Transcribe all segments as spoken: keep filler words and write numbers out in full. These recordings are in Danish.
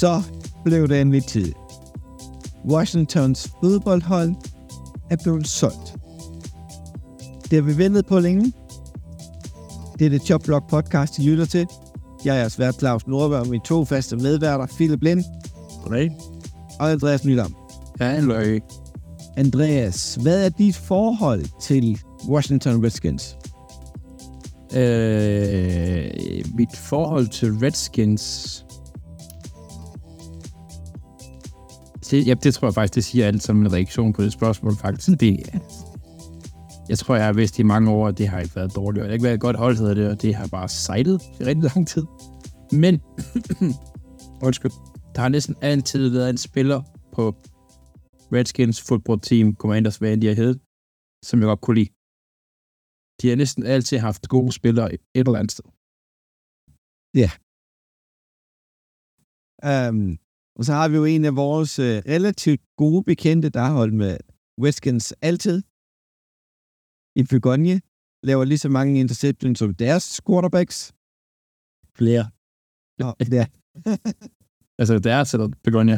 Så blev det endelig tid. Washingtons fodboldhold er blevet solgt. Det har vi ventet på længe. Det er det Chopblock podcast, I lytter til. Jeg er svært Claus Nordberg, og mine to faste medværter, Philip Lind. Goddag. Og Andreas Nydam. Hallo. Andreas, hvad er dit forhold til Washington Redskins? Øh, mit forhold til Redskins... Det, ja, det tror jeg faktisk, det siger alt som en reaktion på det spørgsmål, faktisk. Det, jeg tror, jeg har vidst i mange år, at det har ikke været dårligt. Det har ikke været et godt hold, hedder det, og det har bare sejlet i rigtig lang tid. Men, undskyld, der har næsten altid været en spiller på Redskins football team, Commanders, hvad end de har heddet, som jeg godt kunne lide. De har næsten altid haft gode spillere et eller andet sted. Ja. Um, og så har vi jo en af vores uh, relativt gode bekendte, der har holdt med Redskins altid. I Begonje laver lige så mange interceptions som deres quarterbacks. Flere. Oh, ja. Altså deres eller Begonje?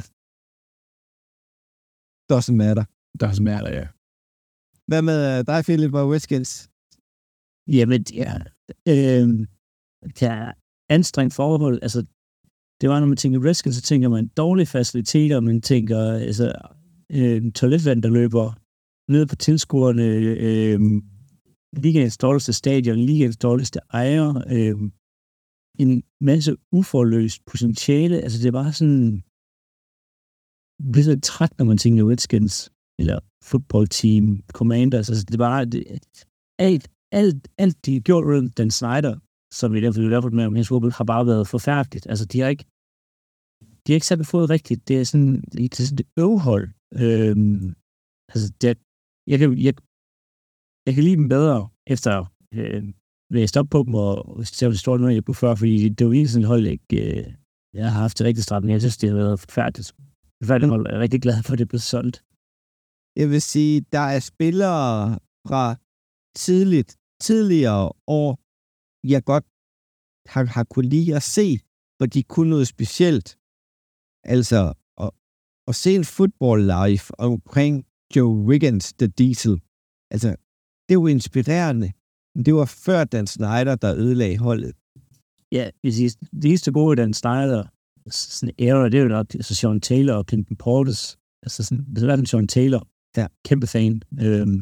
Doesn't matter. Doesn't matter, ja. Hvad med uh, dig, Philip, og Redskins? Jamen, ja, øh, der er anstrengt forhold. Altså, det var, når man tænker Redskins, så tænker man dårlige faciliteter, man tænker, altså, øh, toiletvand, der løber ned på tilskuerne, øh, ligaens dårligste stadion, ligaens dårligste ejer, øh, en masse uforløst potentiale. Altså, det var sådan, jeg bliver så træt, når man tænker Redskins, eller football team, Commanders, altså, det var det, alt, alt, alt, de har gjort rundt Dan Snyder, som vi derfor har fået med om hendes fodbold, har bare været forfærdeligt. Altså, de har ikke, de har ikke selv fået rigtigt. Det er sådan, det er sådan et øvehold. Øhm, altså, det, jeg, kan, jeg, jeg kan lide dem bedre, efter øh, læst op på dem, og se, det står noget, jeg på før, fordi det var ikke sådan et hold, jeg, øh, jeg har haft det rigtig stramt, men jeg synes, det har været forfærdeligt. Forfærdeligt hold, jeg er rigtig glad for, at det blev solgt. Jeg vil sige, der er spillere fra tidligt, tidligere år, jeg godt har, har kunne lide at se, for de kunne noget specielt. Altså, at, at se en football live omkring Joe Riggins, The Diesel. Altså, det var inspirerende. Men det var før Dan Snyder, der ødelagde holdet. Ja, det eneste gode Dan Snyder, sådan era, det er jo nok altså Sean Taylor og Clinton Portis. Altså, sådan, det er sådan Sean Taylor. Ja. Kæmpe fan. Øhm,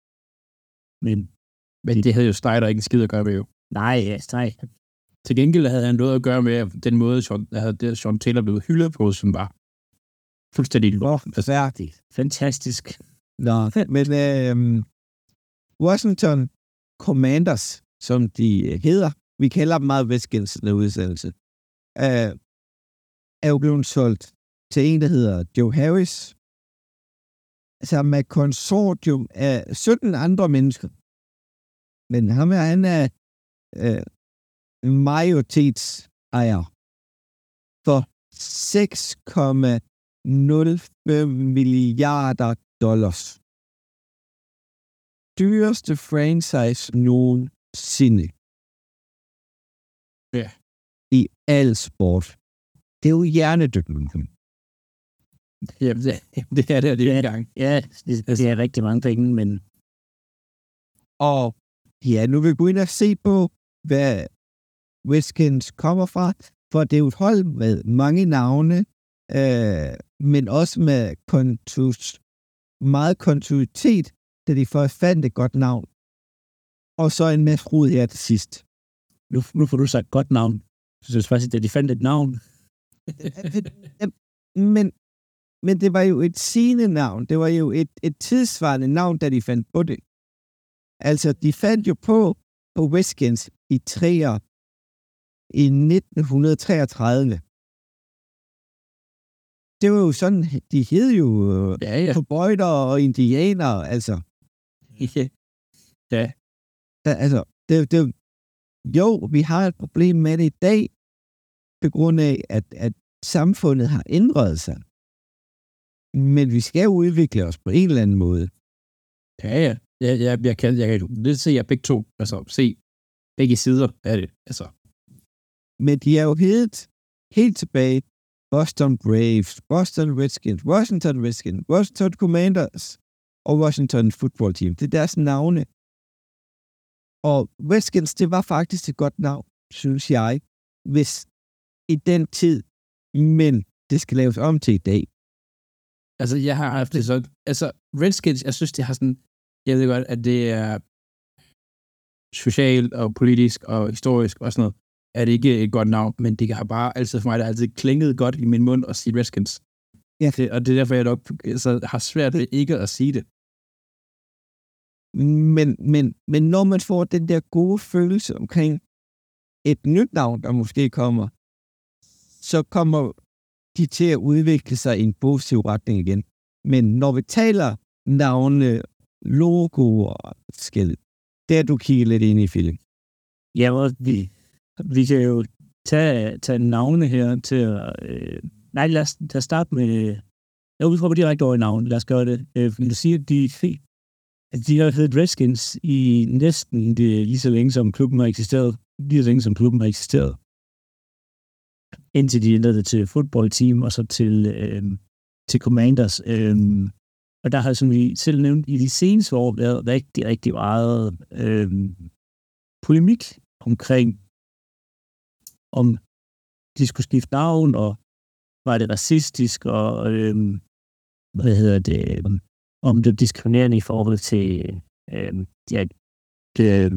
men Men det havde jo Snyder ikke en skid at gøre med, jo. Nej, ja, nej. Til gengæld havde han noget at gøre med den måde, Sean, havde Sean Taylor blev hyldet på, som var fuldstændig lort. Færdigt. Fantastisk. Nå, men øh, Washington Commanders, som de hedder, vi kalder dem meget Redskins i den udsendelse, øh, er jo blevet solgt til en, der hedder Joe Harris, sammen med et konsortium af sytten andre mennesker. Men ham er, han er øh, majoritetsejer for seks komma nul fem milliarder dollars. Dyreste franchise nogensinde. Ja. I al sport. Det er jo hjernedødt. Jamen, det, det er det, det er en gang. Ja, det, det er rigtig mange penge, men... Og ja, nu vil vi gå ind og se på, hvad Redskins kommer fra, for det er jo et hold med mange navne, øh, men også med kontus, meget kontinuitet, da de først fandt et godt navn. Og så en masse rod her til sidst. Nu, nu får du sagt godt navn. Så synes faktisk, at de fandt et navn. men, men det var jo et sigende navn. Det var jo et, et tidsvarende navn, da de fandt på det. Altså, de fandt jo på, på Redskins i treer i nitten treogtredive. Det var jo sådan, de hed jo ja, ja. cowboyder og indianer, altså. Ja. ja. Da, altså, det, det, jo, vi har et problem med det i dag, på grund af, at, at samfundet har ændret sig. Men vi skal jo udvikle os på en eller anden måde. Ja, ja. Jeg, jeg, jeg kan, jeg kan lidt se jer begge to, altså se begge sider af det, altså. Men de er jo helt, helt tilbage Boston Braves, Boston Redskins, Washington Redskins, Washington Commanders og Washington Football Team. Det er deres navne. Og Redskins, det var faktisk et godt navn, synes jeg, hvis i den tid, men det skal laves om til i dag. Altså, jeg har haft det sådan, altså, Redskins, jeg synes, det har sådan, jeg ved godt, at det er socialt og politisk og historisk og sådan noget, er det ikke et godt navn, men det har bare altid for mig, der har altid klinget godt i min mund at sige Redskins. Ja. Det, og det er derfor, jeg nok altså, har svært ved ikke at sige det. Men, men, men når man får den der gode følelse omkring et nyt navn, der måske kommer, så kommer de til at udvikle sig i en positiv retning igen. Men når vi taler navne, logo og skæld, der du kigger lidt ind i film. Ja, og vi, vi kan jo tage, tage navne her til at... Øh, nej, lad os, lad os starte med... Jeg udfordrer direkte over i navn. Lad os gøre det. Øh, du siger, at de, at de har heddet Redskins i næsten det, lige så længe, som klubben har eksisteret. Lige så længe, som klubben har eksisteret. Indtil de ændrede det til football team, og så til, øh, til Commanders. Øh, og der har, som vi selv nævnt, i de seneste år været rigtig, rigtig meget øh, polemik omkring, om de skulle skifte navn, og var det racistisk, og øh, hvad hedder det, om det var diskriminerende i forhold til øh, ja, det, øh,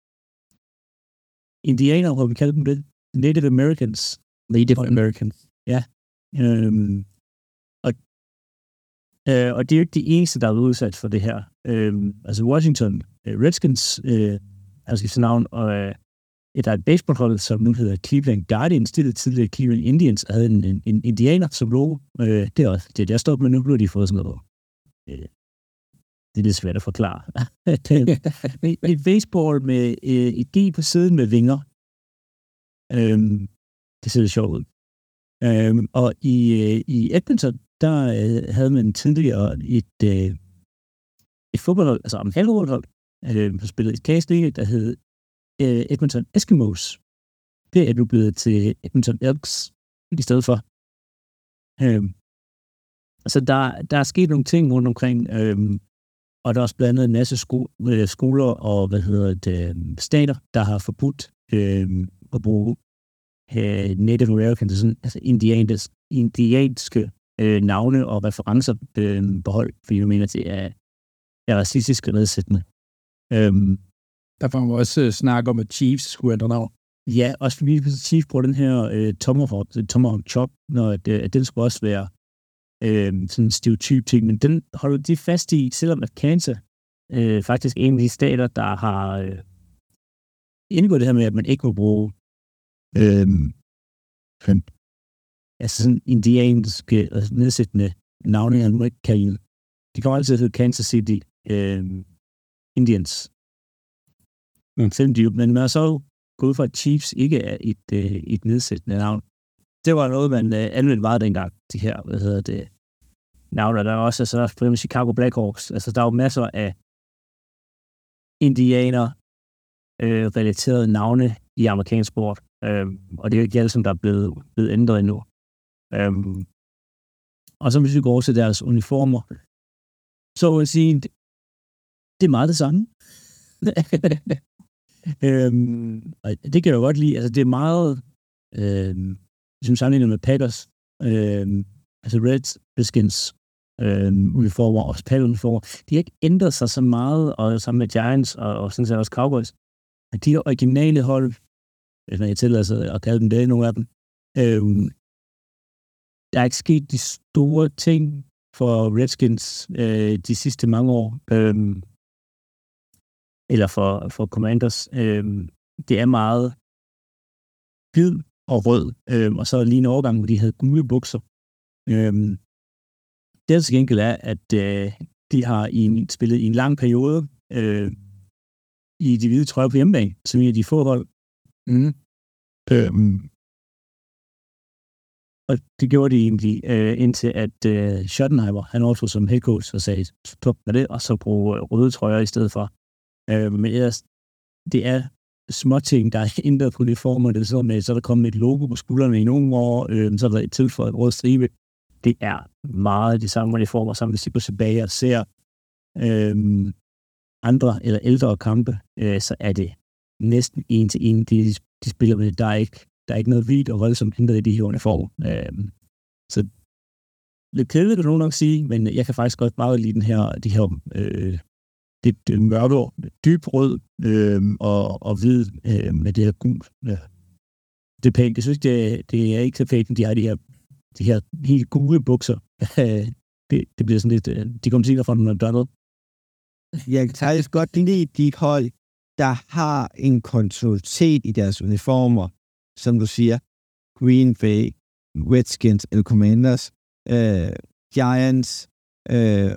indianer, hvor vi kalder dem det, Native Americans. Native Americans. Ja. Øh, og, øh, og det er jo ikke de eneste, der er udsat for det her. Øh, altså Washington øh, Redskins øh, har skiftet navn, og øh, et af et baseballhold, som nu hedder Cleveland Guardians, det tidligere Cleveland Indians, havde en, en, en indianer som logo. Øh, det er også det, jeg står med nu, nu har de fået sådan noget. Øh, det er lidt svært at forklare. Et baseball med øh, et G på siden med vinger. Øh, det ser lidt sjovt ud. Øh, og i, øh, i Edmonton, der øh, havde man tidligere et, øh, et fodboldhold, altså en halvfodboldhold, øh, der spillede et case-liga, der hed Edmonton Eskimos. Det er nu blevet til Edmonton Elks i stedet for. Øhm, altså, der, der er sket nogle ting rundt omkring, øhm, og der er også blandt andet en masse sko- øh, skoler og, hvad hedder det, stater, der har forbudt øhm, at bruge øh, Native Americans, sådan, altså indianske, indianske øh, navne og referencer øh, beholdt, fordi jeg mener, det er, er racistisk og nedsættende. Øhm, Der får man også uh, snakke om, at Chiefs skulle ændre navn. Ja, også fordi Chiefs bruger den her øh, Tomahawk, Tomahawk Chop, når at, øh, at den skulle også være øh, sådan en stereotyp ting, men den holder de fast i, selvom at Kansas øh, faktisk er en af de stater, der har øh, indgået det her med, at man ikke må bruge øh, altså sådan indianske og nedsættende navne, man må ikke kalde. De kommer altid til at hedde Kansas City øh, Indians. Mm. Selvom de, men man er så gået fra, at Chiefs ikke er et, øh, et nedsættende navn. Det var noget, man øh, anvendte meget dengang, de her, hvad hedder det, navner. Der er også, altså, for eksempel Chicago Blackhawks. Altså, der er jo masser af indianer øh, relaterede navne i amerikansk sport. Øh, og det er jo ikke alle, som der er blevet, blevet ændret endnu. Øh, og så hvis vi går over til deres uniformer, så vil jeg sige, det, det er meget det samme. øhm, og det kan jeg jo godt lide. Altså, det er meget, øhm, som sammenlignet med Packers, øhm, altså Redskins øhm, uniformer og Packers-uniformer, de har ikke ændret sig så meget, og sammen med Giants og, og sådan set også Cowboys. De er originale hold, hvis man kan tillade sig at kalde dem det, nogle af dem. Øhm, der er ikke sket de store ting for Redskins øh, de sidste mange år. Øhm, eller for, for Commanders. Øhm, det er meget hvid og rød, øhm, og så lige en overgang, hvor de havde gule bukser. Øhm, det er til gengæld er, at øh, de har i en, spillet i en lang periode øh, i de hvide trøjer på hjemmebane, som er de få hold. Mm. Øhm, og det gjorde de egentlig, øh, indtil at øh, Schottenheimer, han overtog som head coach og sagde, stop med det, og så bruge røde trøjer i stedet for. Øh, men ellers, det er småting, der er ændret på uniformer. Det er sådan, at så er der kommet et logo på skuldrene i nogle år, øh, så er der et tilføjet rød stribe. Det er meget de samme uniformer, som hvis I går tilbage og ser øh, andre eller ældre kampe, øh, så er det næsten en til en, de, de spiller med. Der er ikke, der er ikke noget vildt og voldsomt ændret i de her uniformer. Øh, så lidt kedeligt, kan du nok sige, men jeg kan faktisk godt meget lide den her, de her øh, det, det mørke, dyb rød øh, og, og hvid øh, med det her gul. Ja. Det er pænt. Jeg synes, det, det er ikke så pænt, de har de her, de her helt gule bukser. det, det bliver sådan lidt, de kommer sikkert fra noget døgnet. Jeg kan faktisk godt lide de hold, der har en kontinuitet i deres uniformer, som du siger, Green Bay, Redskins eller Commanders, øh, Giants, øh,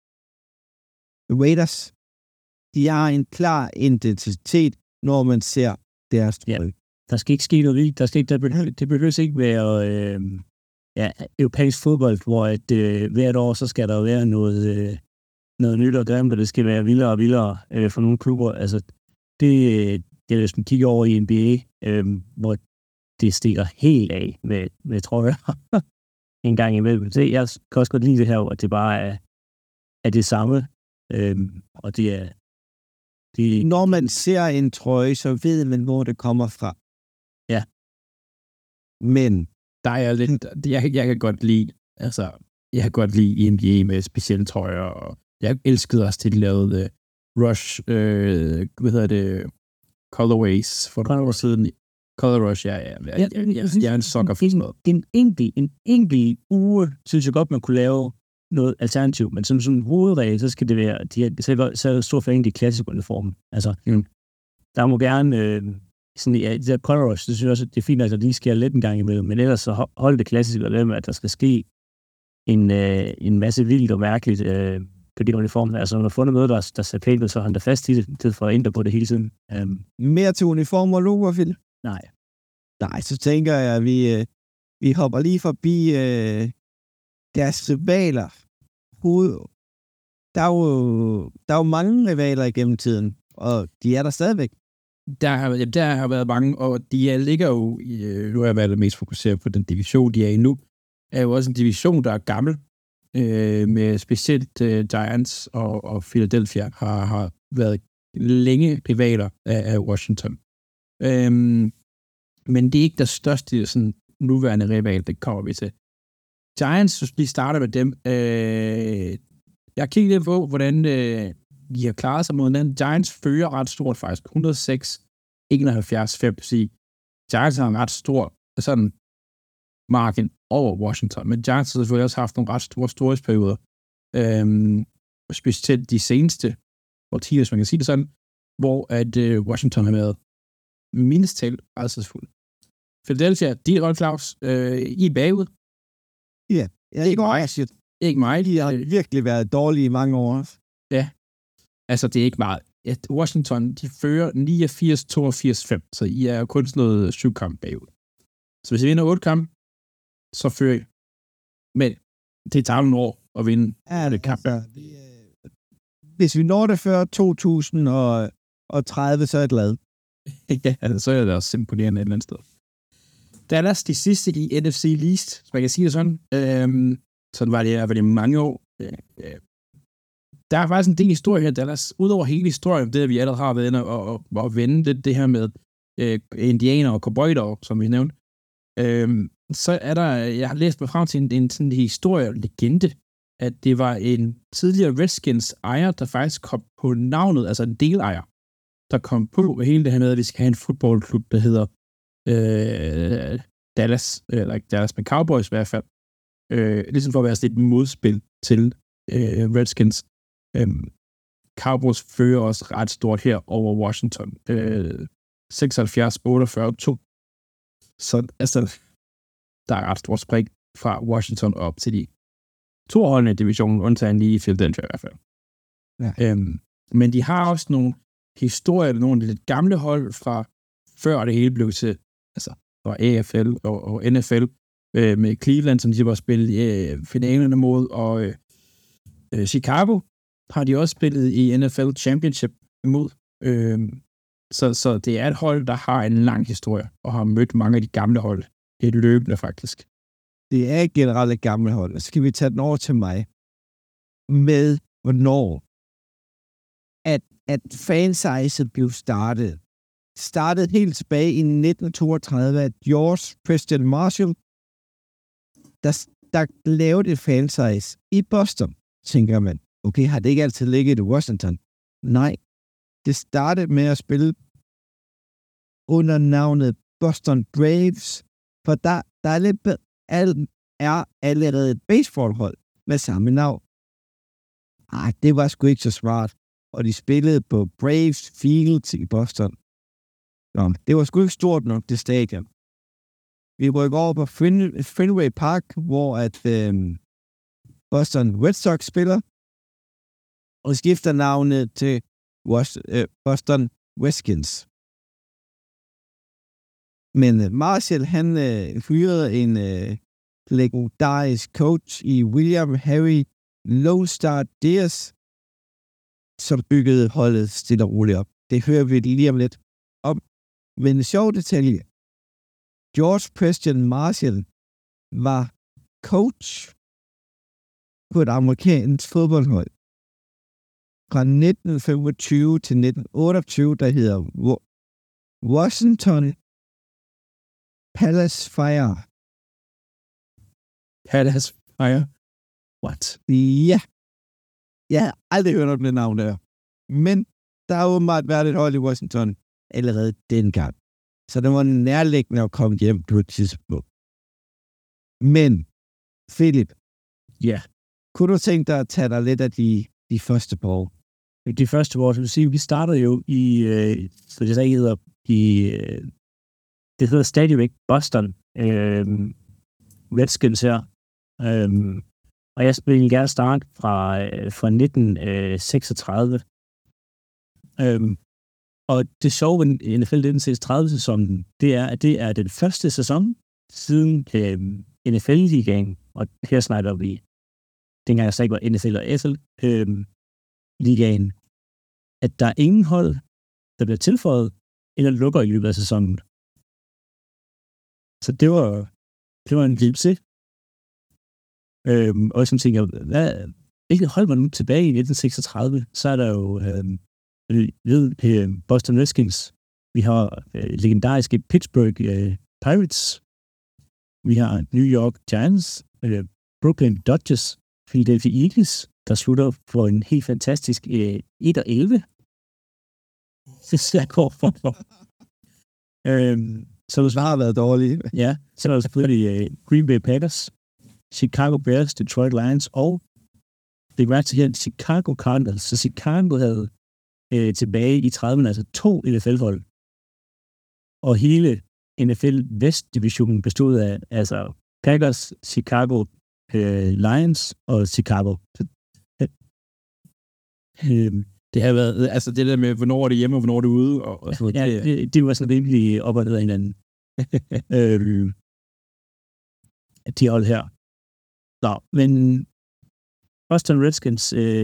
Raiders. De har en klar identitet, når man ser deres tryk. Ja, der skal ikke ske noget vildt. Der skal ikke, der behøver, det behøver ikke være øh, ja, europæisk fodbold, hvor at, øh, hvert år så skal der være noget, øh, noget nyt og grimt, og det skal være vildere og vildere øh, for nogle klubber. Altså, det, det er, hvis man kigger over i N B A, øh, hvor det stikker helt af med, med trøjer en gang imellem. Så jeg kan også godt lide det her, at det bare er, er det samme, øh, og det er det... Når man ser en trøje, så ved man, hvor det kommer fra. Ja. Men der er lidt, jeg, jeg kan godt lide, altså, jeg kan godt lide N B A med specielle trøjer, og jeg elskede også til, de lavede uh, Rush, øh, hvad hedder det, Colorways, for nogle år siden. Color Rush, ja, ja. Jeg, jeg, jeg, jeg, jeg er en sokker for sådan noget. En enkelt, en enkelt uge, synes jeg godt, man kunne lave noget alternativ, men som sådan en hovedregel, så skal det være, de er, så, er, så er jeg stor fan af de klassiske uniformer. Altså, mm. der må gerne, øh, sådan, ja, det der Color Rush, det synes jeg også, det er fint, at der lige sker lidt en gang imellem, men ellers så hold det klassiske, og med, at der skal ske en, øh, en masse vildt og mærkeligt øh, på de uniformer. Altså, når man har fundet noget, der, der ser pænt ud, så har han da fast i det, til for at ændre på det hele tiden. Um, Mere til uniformer og logoer, Phil? Nej. Nej, så tænker jeg, at vi, øh, vi hopper lige forbi øh, deres rivaler. Der er, jo, der er jo mange rivaler igennem tiden, og de er der stadigvæk. Der har, jamen, der har været mange, og de er, ligger jo, i, nu har jeg været mest fokuseret på den division, de er i nu, er jo også en division, der er gammel, øh, med specielt øh, Giants og, og Philadelphia har, har været længe rivaler af, af Washington. Øhm, men det er ikke der største sådan, nuværende rival, det kommer vi til. Giants, hvis vi starter med dem, øh, jeg har kigget lidt på, hvordan øh, de har klaret sig mod hinanden. Giants fører ret stort faktisk, et hundrede og seks enoghalvfjerds fem, det vil sige, Giants har en ret stor sådan margin over Washington, men Giants har selvfølgelig også haft nogle ret store storhedsperioder, øh, specielt de seneste årtier, hvis man kan sige det sådan, hvor at øh, Washington har været mindst talt rædselsfuld. Philadelphia, de er Claus, øh, I er bagud. Ja, yeah, ikke mig. Ikke mig. De har virkelig været dårlige i mange år. Ja, altså det er ikke meget. Washington, de fører niogfirs toogfirs fem, så I er kun sådan noget syv kamp bagud. Så hvis I vinder otte kamp, så fører I. Men det tager nogle år at vinde ja, det kamp. Altså, det, hvis vi når det før to tusind og tredive, så er jeg glad. Ja, altså, så er det også imponerende et eller andet sted. Dallas, de sidste i N F C East, så man kan sige det sådan. Øhm, sådan var det i hvert fald i mange år. Øh, øh. Der er faktisk en del historie her, Dallas. Udover hele historien, det vi allerede har været inde og, og, og vende, det, det her med øh, indianer og cowboyder, som vi nævnte. Øhm, så er der, jeg har læst mig frem til en, en sådan historie, legende, at det var en tidligere Redskins ejer, der faktisk kom på navnet, altså en delejer, der kom på med hele det her med, at vi skal have en fodboldklub, der hedder øh, Dallas, eller ikke Dallas, men Cowboys i hvert fald. Øh, ligesom for at være sådan et modspil til øh, Redskins. Øh, Cowboys fører også ret stort her over Washington. Øh, seksoghalvfjerds otteogfyrre to. Så altså, der er ret stort spring fra Washington op til de to holdene i divisionen, undtagen lige i Philadelphia i hvert fald. Ja. Øh, men de har også nogle historier, nogle lidt gamle hold fra før det hele blev til, altså fra A F L og, og N F L, øh, med Cleveland, som de var spillet i øh, finalerne mod, og øh, øh, Chicago har de også spillet i N F L Championship imod. Øh, Så, så det er et hold, der har en lang historie, og har mødt mange af de gamle hold. Det er løbende, faktisk. Det er generelt et gamle hold. Så skal vi tage den over til mig. Med hvornår at, at fansizet blev startet. Startede helt tilbage i nitten toogtredive af George Preston Marshall, der, der lavede et fansize i Boston, tænker man. Okay, har det ikke altid ligget i Washington? Nej. Det startede med at spille under navnet Boston Braves, for der, der er, lidt, er allerede et baseballhold med samme navn. Ej, det var sgu ikke så smart. Og de spillede på Braves Field i Boston. Nå, det var sgu ikke stort nok, det stadion. Vi rykker over på fin- Fenway Park, hvor at øh, Boston Red Sox spiller, og skifter navnet til Was- øh, Boston Redskins. Men øh, Marshall, han øh, fyrede en øh, legendarisk coach i William Harry Lone Star Diaz, som byggede holdet stille og roligt op. Det hører vi lige om lidt om. Men en sjov detalje. George Preston Marshall var coach på et amerikansk fodboldhold fra nitten femogtyve til nitten otteogtyve, der hedder Washington Palace Fire. Palace Fire? What? Ja. Jeg har aldrig hørt om det navn der. Men der har åbenbart været et hold i Washington allerede dengang. Så det var nærliggende at komme hjem på et tidspunkt. Men, Philip. Ja. Kunne du tænke dig at tage dig lidt af de, de første par år? De første år, så vil sige, vi starter jo i, øh, så det så hedder, i, øh, det hedder stadigvæk Boston øh, Redskins her. Øh, og jeg vil gerne starte fra, øh, fra nitten seksogtredive. Øh, og det sjove ved N F L nitten seksogtredive-sæsonen, det er, at det er den første sæson siden øh, N F L-ligaen, og her snakker vi, dengang jeg sagde, var N F L og S L, øh, ligaen, at der er ingen hold, der bliver tilføjet eller lukker i løbet af sæsonen. Så det var, det var en lille succes. Øhm, og som tænker, hvad, hvilket hold var nu tilbage i nitten seksogtredive? Så er der jo øhm, ved øh, Boston Redskins. Vi har øh, legendariske Pittsburgh øh, Pirates. Vi har New York Giants, øh, Brooklyn Dodgers, Philadelphia Eagles, der slutter for en helt fantastisk øh, et og elleve. Det er går for. øhm, så du har været dårlig. Ja, så er der selvfølgelig øh, Green Bay Packers, Chicago Bears, Detroit Lions og det var til her Chicago Cardinals. Så Chicago havde øh, tilbage i trediverne altså to N F L-hold. Og hele N F L Vest-divisionen bestod af altså Packers, Chicago øh, Lions og Chicago. Øh, det har været, altså det der med, hvornår er det hjemme, og hvornår er det ude. Og, og ja, det, det var sådan rimelig op og ned af hinanden. øh, de hold her. Nå, men Boston Redskins, øh,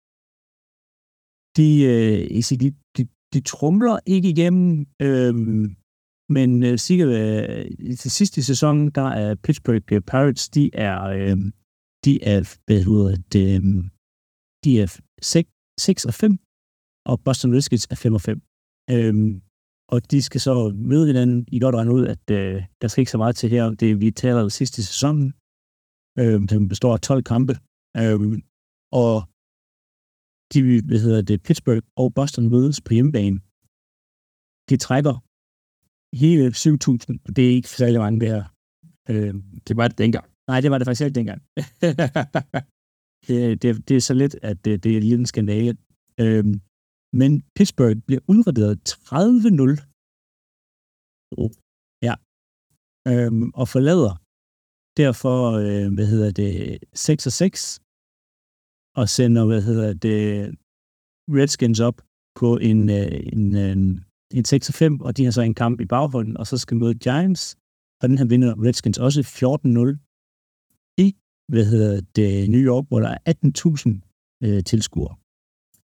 de, øh, de, de, de trumler ikke igennem, øh, men øh, sikkert øh, til sidste sæson, der er Pittsburgh Pirates, de er, øh, de er, hvad hedder det, de er seks og fem, og Boston Redskins er fem og fem. Øhm, og de skal så møde hinanden. I godt regne ud, at øh, der skal ikke så meget til her. Det vi taler om sidste sæson, øh, som består af tolv kampe. Øh, og de, hvad hedder det, Pittsburgh og Boston mødes på hjemmebane. De trækker hele syv tusind. Det er ikke særlig mange, det her. Øh, det var det dengang. Nej, det var det faktisk ikke dengang. det, det, det er så lidt, at det, det er lige en skandale. Øh, Men Pittsburgh bliver udraderet tredive nul. Oh. Ja. Øhm, og forlader derfor, øh, hvad hedder det, seks og seks. Og sender, hvad hedder det, Redskins op på en, øh, en, øh, en seks og fem. Og de har så en kamp i baghånden, og så skal møde Giants. Og den her vinder Redskins også fjorten nul i, hvad hedder det, New York, hvor der er atten tusind øh, tilskuere.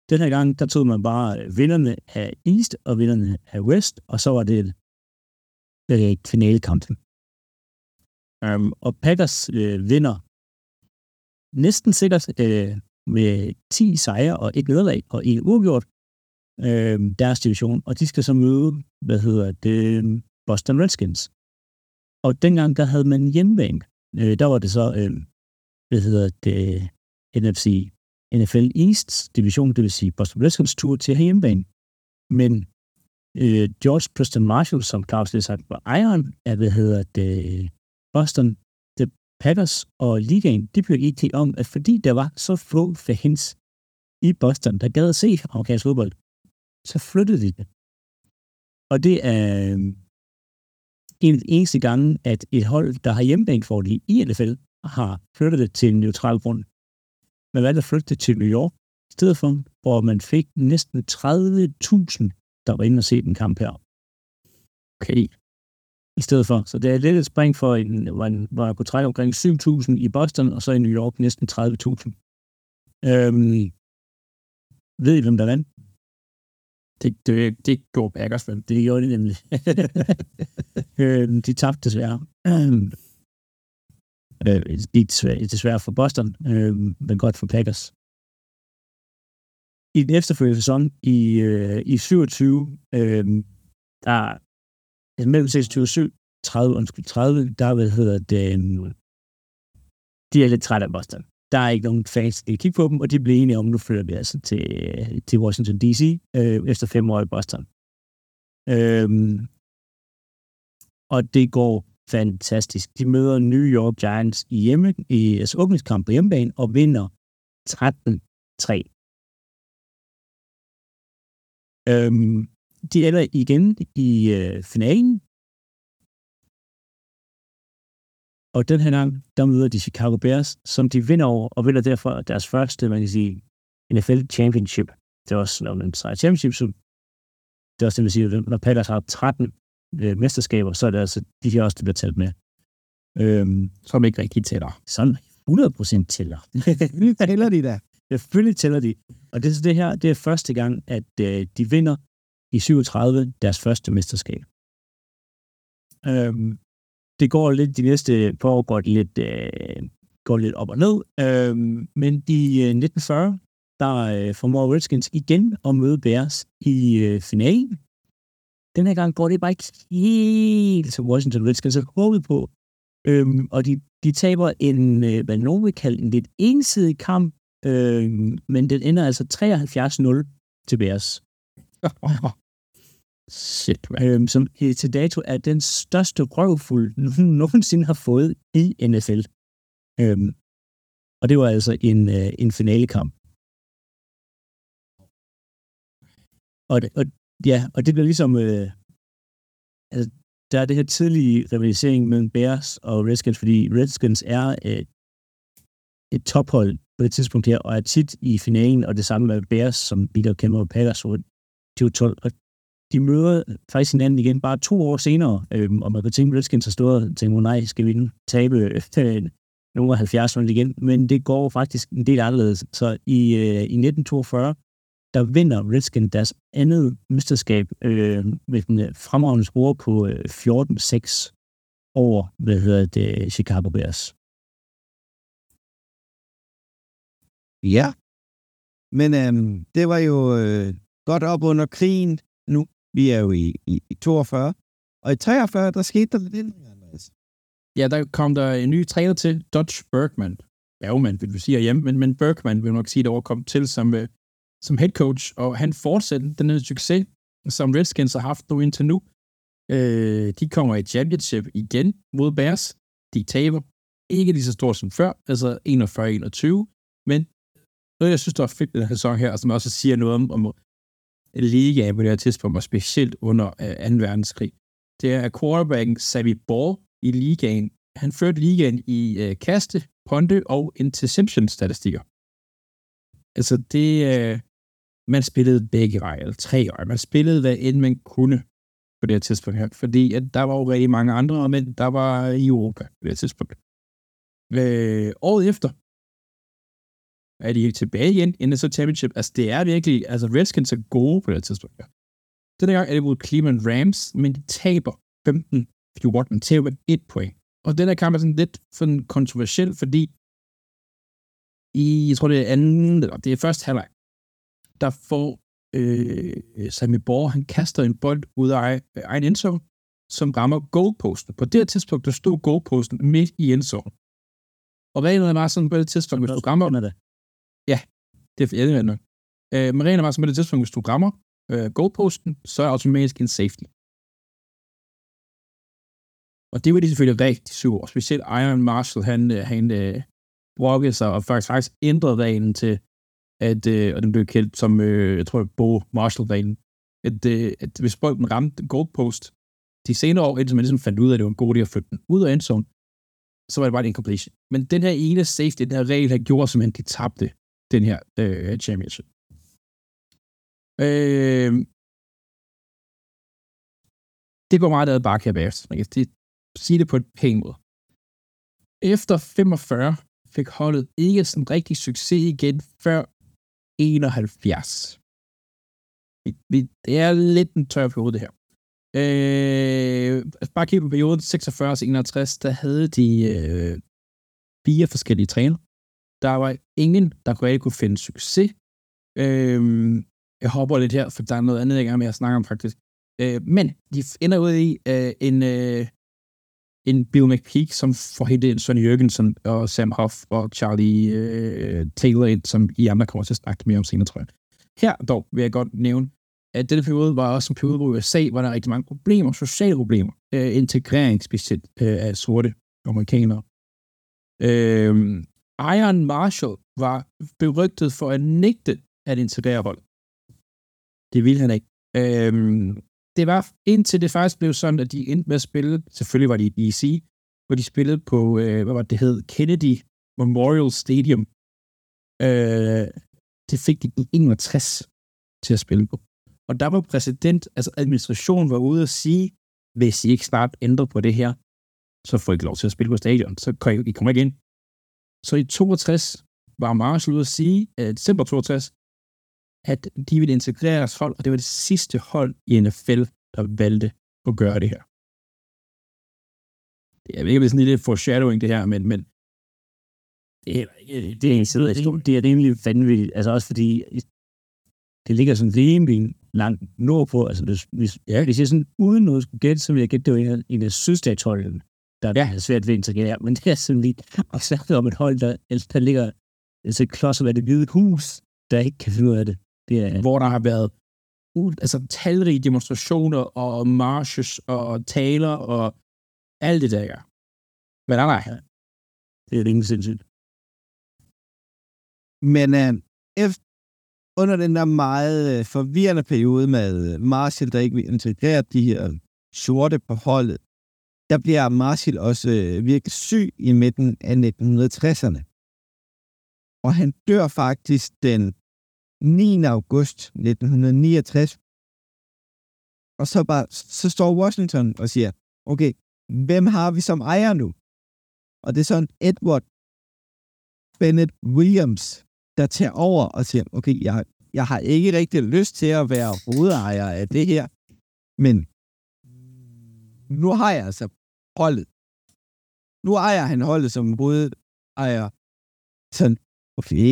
Den her gang, der tog man bare vinderne af East og vinderne af West, og så var det øh, finalekampen. Um, og Packers øh, vinder næsten sikkert øh, med ti sejre og et nederlag og en uafgjort øh, deres division, og de skal så møde, hvad hedder det, Boston Redskins. Og dengang, der havde man hjemmebane. Øh, der var det så, øh, hvad hedder det, N F C, N F L East division, det vil sige Boston Redskins tur til at have hjemmebane. Men øh, George Preston Marshall, som Claus lige sagt var ejeren af, hvad hedder det, Boston, The Packers og ligaen, de blev ikke om, at fordi der var så få fans i Boston, der gad at se amerikansk fodbold, så flyttede de det. Og det er øh, en af de eneste gange, at et hold, der har hjemmebanefordel i N F L, har flyttet det til en neutral grund. Man valgte at flytte det til New York, i stedet for, hvor man fik næsten tredive tusind, der var inde og se den kamp her. Okay. I stedet for. Så det er lidt et spring for, en, hvor man kunne trække omkring syv tusind i Boston, og så i New York næsten tredive tusind. Øhm, ved I, hvem der vandt? Det, det, det går Packers, vel? Det gjorde de nemlig. øhm, de tabte desværre. Øhm, øh, det desværre, desværre for Boston, øhm, men godt for Packers. I den efterfølgende sæson, i, øh, i syvogtyve, øh, der altså mellem seksogtyve og syv, tredive, undskyld, tredive, der hvad hedder det, de er lidt trætte af Boston. Der er ikke nogen fans, der kan kigge på dem, og de blev enige om, nu flytter vi altså til, til Washington D C øh, efter fem år i Boston. Øhm, og det går fantastisk. De møder New York Giants i hjemme, i altså åbningskamp på hjemmebane, og vinder tretten tre. Øhm, de ender igen i øh, finalen. Og den her gang, der møder de Chicago Bears, som de vinder over, og vinder derfor deres første, man kan sige, N F L Championship. Det er også, når man sejrer championship, så det er også det, man siger, når Packers har tretten øh, mesterskaber, så er det altså de her også, der bliver talt med. Øhm, som ikke rigtig tæller. Sådan hundrede procent tæller. Selvfølgelig tæller de da. Selvfølgelig tæller de. Og det, det her, det er første gang, at øh, de vinder i syvogtredive deres første mesterskab. Øhm, det går lidt, de næste par år går det lidt, øh, går lidt op og ned, øhm, men i øh, nitten fyrre, der øh, formår Redskins igen at møde Bears i øh, finalen. Den her gang går det bare ikke helt som Washington Redskins havde håbet på, øhm, og de, de taber en, øh, hvad nogen vil kalde en lidt ensidig kamp, øh, men den ender altså treoghalvfjerds nul til Bears. Shit, man. Øhm, som til dato er den største røvfuld, nogen nogensinde har fået i N F L. Øhm, og det var altså en, øh, en finalekamp. Og, og, ja, og det bliver ligesom, øh, altså, der er det her tidlige rivalisering mellem Bears og Redskins, fordi Redskins er øh, et tophold på det tidspunkt her, og er tit i finalen, og det samme med Bears, som vi der kæmper med Packers, hvor de er tolv. Og de møder faktisk hinanden igen bare to år senere, øhm, og man kan tænke, at Redskins har stået og tænkt, nej, skal vi nu tabe efter nogle af halvfjerds igen, men det går faktisk en del anderledes. Så i, øh, i nitten toogfyrre, der vinder Redskins deres andet mesterskab øh, med den fremragende score på øh, fjorten seks over, hvad hedder det, Chicago Bears. Ja, men øhm, det var jo øh, godt op under krigen nu. Vi er jo i, i, i toogfyrre, og i treogfyrre, der skete der lidt ændringer, Andreas. Ja, der kom der en ny træner til, Dutch Bergman. Bergman, vil du sige hjemme, men, men Bergman vil nok sige, der kom til som, øh, som head coach, og han fortsætter den her succes, som Redskins har haft nu indtil nu. Øh, de kommer i championship igen mod Bears. De taber ikke lige så stort som før, altså enogfyrre enogtyve, men noget, jeg synes, der er fedt i den her sæson her, og som også siger noget om, om ligaen på det her tidspunkt, og specielt under uh, anden verdenskrig, det er, at quarterbacken Sammy Ball i ligaen, han førte ligaen i uh, kaste, ponte og interception-statistikker. Altså, det, uh, man spillede begge veje, eller tre veje. Man spillede, hvad end man kunne på det her tidspunkt her, fordi at der var jo rigtig mange andre mænd, der var i Europa på det her tidspunkt. Uh, året efter, Er de tilbage igen i N F C Championship? Altså, det er virkelig... Altså, Redskins er gode på det tidspunkt. Ja. Denne gang er det mod Cleveland Rams, men de taber femten fjorten. Taber med et point. Og den her kamp er sådan lidt sådan kontroversiel, fordi i, jeg tror, det er anden... Det er første halvleg. Der får øh, Sammy Borg, han kaster en bold ud af egen endzone, som rammer goalposten. På det tidspunkt, der stod goalposten midt i endzone. Og reglerne er meget sådan på det tidspunkt, hvis du rammer... det. Ja, det er jeg nok. Øh, men reglerne er meget sådan på det tidspunkt, hvis du rammer øh, goalposten, så er automatisk en safety. Og det var de selvfølgelig rigtig sur. Specielt Iron Marshall, han, han øh, brokkede sig og faktisk, faktisk ændrede reglen til, at, øh, og den blev kaldt som, øh, jeg tror, Bo Marshall-reglen, at, øh, at hvis bolden ramte goalpost, de senere år, indtil man ligesom fandt ud af, at det var en god idé at flytte den ud af endzone, så var det bare en incompletion. Men den her ene safety, den her regel, der gjorde simpelthen, de tabte den her øh, championship. Øh, det går meget ad bakke her bagefter. Man kan sige det på et pænt måde. Efter femogfyrre fik holdet ikke sådan rigtig succes igen før enoghalvfjerds. Det er lidt en tør periode, det her. Øh, bare kigge på perioden seksogfyrre til enoghalvtreds, der havde de øh, fire forskellige træner. Der var ingen, der rigtig kunne finde succes. Øh, jeg hopper lidt her, for der er noget andet, jeg gerne med at snakke om faktisk. Øh, men de ender ud i øh, en, øh, en Bill McPeak, som får hentet en Sonny Jørgensen og Sam Huff og Charlie øh, Taylor ind, som I andre kommer til at snakke mere om senere, tror jeg. Her dog vil jeg godt nævne, at denne periode var også en periode, hvor U S A var der rigtig mange problemer, sociale problemer, øh, integrering specielt øh, af sorte amerikanere. Øh, Iron Marshall var berygtet for at nægte at integrere hold. Det ville han ikke. Øh, det var indtil det faktisk blev sådan, at de endte med at spille, selvfølgelig var de i D C, hvor de spillede på, øh, hvad var det, det hed, Kennedy Memorial Stadium. Øh, det fik de i enogtres til at spille på. Og der var præsident, altså administrationen var ude og sige, hvis I ikke snart ændrer på det her, så får I ikke lov til at spille på stadion, så kan I, I kommer ikke ind. Så i toogtres var Marshall ude at sige, uh, december toogtres, at de ville integrere deres hold, og det var det sidste hold i N F L, der valgte at gøre det her. Det er ikke sådan lidt foreshadowing det her, men, men det er, det er, det, det er rimelig vanvittigt, altså også fordi det ligger sådan rimelig langt nordpå, altså hvis, hvis, ja. hvis jeg sådan uden noget skulle gætte, så ville jeg gætte, det var en af, en af sydstatsholdene, der ja. er svært ved at integrere, men det er sådan lige, og snakket om et hold, der, der ligger altså et klods af det hvide hus, der ikke kan finde ud af det. det er, hvor der har været uh, altså talrige demonstrationer, og marches, og taler, og alt det der, ja. Men nej, nej. Ja. Det er rimelig sindssygt. Men uh, efter under den der meget øh, forvirrende periode med øh, Marshall, der ikke vil integrere de her sorte på holdet, der bliver Marshall også øh, virkelig syg i midten af nitten tresserne. Og han dør faktisk den niende august nitten niogtres. Og så, bare, så står Washington og siger, okay, hvem har vi som ejer nu? Og det er sådan Edward Bennett Williams, der tager over og siger, okay, jeg, jeg har ikke rigtig lyst til at være hovedejer af det her, men nu har jeg altså holdet. Nu ejer han holdet som hovedejer. Sådan, okay.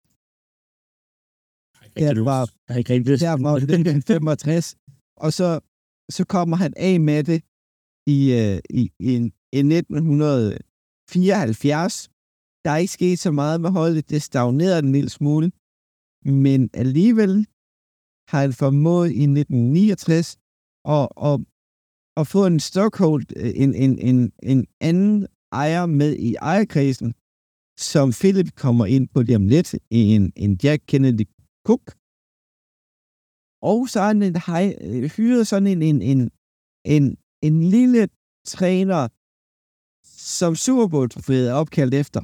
Det var, der var det femogtres, og så, så kommer han af med det i, uh, i, i, i nitten fireoghalvfjerds. Der er ikke sket så meget med holdet. Det stagnerede en lille smule. Men alligevel har han formået i nitten niogtres at, at, at få en stockhold, en, en, en, en anden ejer med i ejerkredsen, som Philip kommer ind på det om lidt, en, en Jack Kennedy Cook. Og så har han hyret sådan en, en, en, en, en lille træner, som Super Bowl-trofæet er opkaldt efter,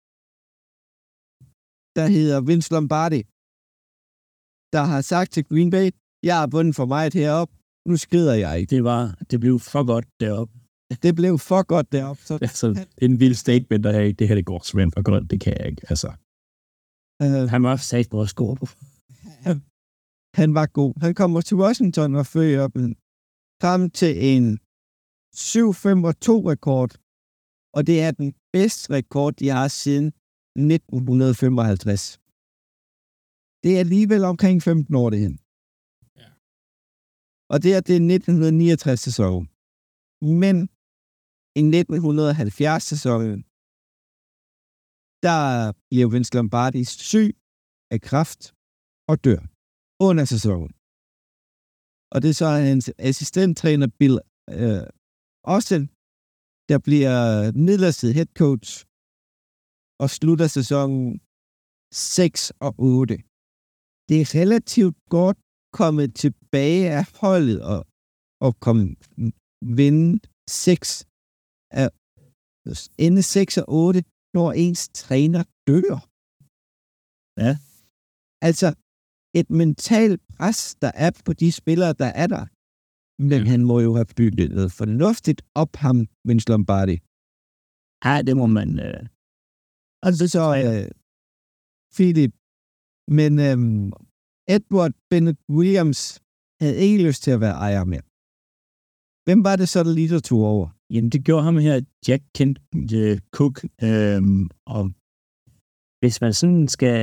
der hedder Vince Lombardi, der har sagt til Green Bay, jeg har vundet for meget heroppe, nu skrider jeg ikke. Det var, det blev for godt deroppe. Det blev for godt deroppe. Så altså, en vild statement, der er det her, det går simpelthen for godt, det kan jeg ikke, altså. Uh, Han var sat på at score på. han var god. Han kommer til Washington og fører op frem til en syv fem to rekord, og det er den bedste rekord, de har siden nitten femoghalvtreds. Det er alligevel omkring femten år det hen. Ja. Og det er det nitten niogtres sæson. Men i nitten halvfjerds sæsonen, der bliver Vince Lombardi syg af kræft og dør under sæsonen. Og det er så hans assistenttræner Bill øh, Austin, der bliver midlertidig head coach og slutter sæsonen seks og otte. Det er relativt godt kommet tilbage af holdet og, og komme vinde seks af ende seks og otte, når ens træner dør. Ja. Altså, et mentalt pres, der er på de spillere, der er der. Men han må jo have bygget noget fornuftigt op ham, Vince Lombardi. Ja, det må man... Øh... Altså så, øh, Philip, men øh, Edward Bennett Williams havde ikke lyst til at være ejer mere. Hvem var det så, der lige der tog over? Jamen, det gjorde ham her, Jack Kent uh, Cook. Øhm, og hvis man sådan skal,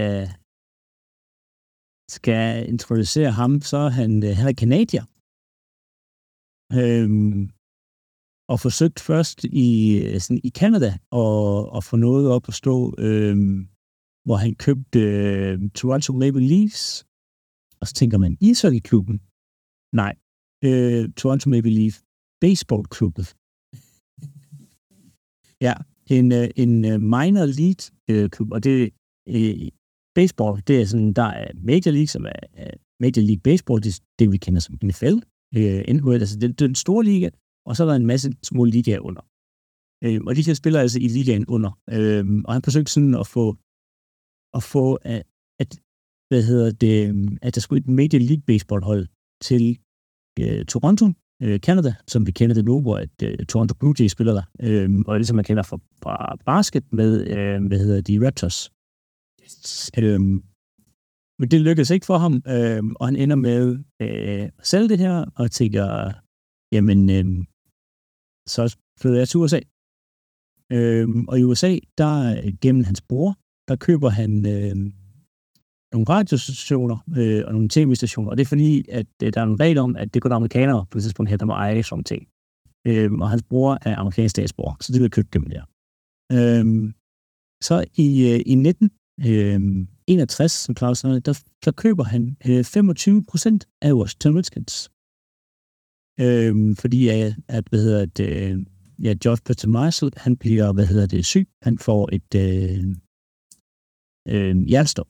skal introducere ham, så er han, uh, han er kanadier. Øhm, og forsøgt først i, sådan, i Canada og, og få noget op at stå, øhm, hvor han købte øh, Toronto Maple Leafs. Og så tænker man, ishockeyklubben? Nej, øh, Toronto Maple Leaf baseballklubben. Ja, en, en minor league øh, klub, og det øh, baseball, det er sådan, der er Major League, som er øh, Major League Baseball, det er det, vi kender som N F L, øh, N H L, altså det, det er en stor liga, og så er der en masse små ligaer under. Øh, og de her spiller altså i ligaen under. Øh, og han forsøgte sådan at få, at få at, at, hvad hedder det, at der skulle et Major League Baseball hold til øh, Toronto, Canada, som vi kender det nu, hvor at, uh, Toronto Blue Jays spiller der, øhm, og ligesom man kender fra, fra basket med, øh, hvad hedder de, Raptors. Yes. Øhm, men det lykkedes ikke for ham, øhm, og han ender med øh, at sælge det her, og tænker, jamen, øhm, så flytter jeg til U S A. Øhm, og i U S A, der gennem hans bror, der køber han øh, nogle radiostationer øh, og nogle tv-stationer, og det er fordi, at øh, der er en regel om, at det kun amerikanere på et tidspunkt her, der må eje sådan ting. Øh, og hans bror er amerikansk statsborger, så det vil købe dem der. Øh, så i, øh, i nitten enogtres, som Claus sagde, der, der køber han øh, femogtyve procent af Washington Redskins. Øh, fordi at, at, hvad hedder det, øh, ja, George Peter Marshall, han bliver, hvad hedder det, syg. Han får et øh, øh, hjertestop.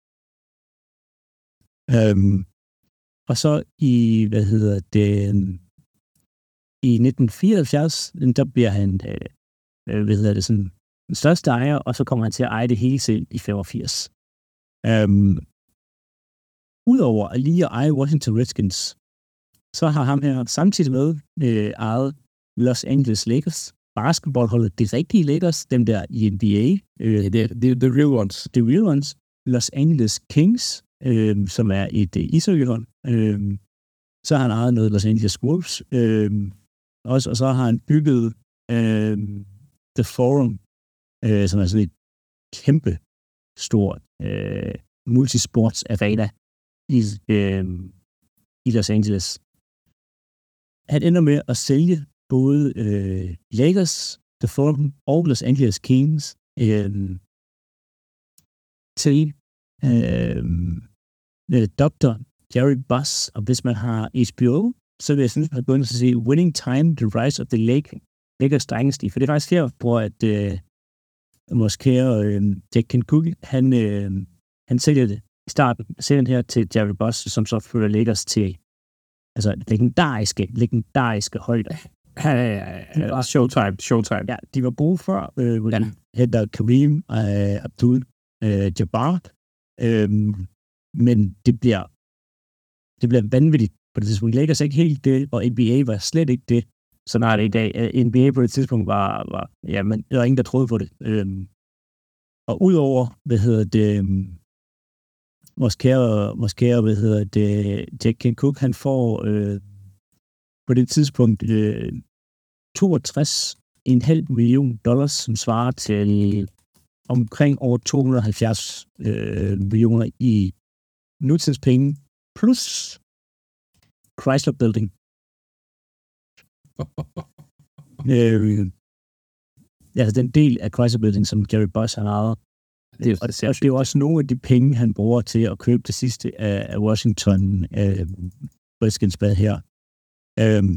Øhm, og så i, hvad hedder det, i nitten fireoghalvfjerds, der bliver han, øh, hvad hedder det, sådan den største ejer, og så kommer han til at eje det hele selv i femogfirs. Øhm, Udover at lige at eje Washington Redskins, så har ham her samtidig med øh, ejet Los Angeles Lakers, basketballholdet, det rigtige Lakers, dem der i N B A. Øh, det er the real ones. The real ones. Los Angeles Kings, øh, som er et uh, ishockeyhold. Øh, så har han ejet noget Los Angeles Wolves. Øh, også, og så har han bygget øh, The Forum, øh, som er sådan et kæmpe stort øh, multisports arena i, øh, i Los Angeles. Han ender med at sælge både øh, Lakers, The Forum og Los Angeles Kings øh, til øh, doktor Jerry Buss, og hvis man har H B O, så vil jeg synes, at man begynder at se Winning Time, The Rise of the Lake, Lakers Dynasty, for det er faktisk her, hvor at øh, vores kære øh, Jack Kent Cook, han, øh, han sælger det i starten, sælger den her til Jerry Buss, som så følger Lakers til altså legendariske, legendariske højder. Ja, ja, ja, ja. Showtime, Showtime. Ja, de var gode før, øh, hvor ja. de hedder Kareem øh, Abdul-Jabbar, øh, men det bliver det bliver vanvittigt på det tidspunkt. Lakers er ikke helt det, og N B A var slet ikke det, sådan er det i dag. N B A på det tidspunkt var, var ja, men der var ingen, der troede på det. Øh, og udover, hvad hedder det, vores kære, vores kære, hvad hedder det, Jack Kent Cooke, han får øh, på det tidspunkt øh, toogtres komma fem million dollars, som svarer til omkring over to hundrede og halvfjerds øh, millioner i nutidspenge, plus Chrysler Building. øh, altså den del af Chrysler Building, som Jerry Buss har ejet. Det er, og, og det er også nogle af de penge, han bruger til at købe det sidste af, af Washington øh, Redskins bad her. Øhm,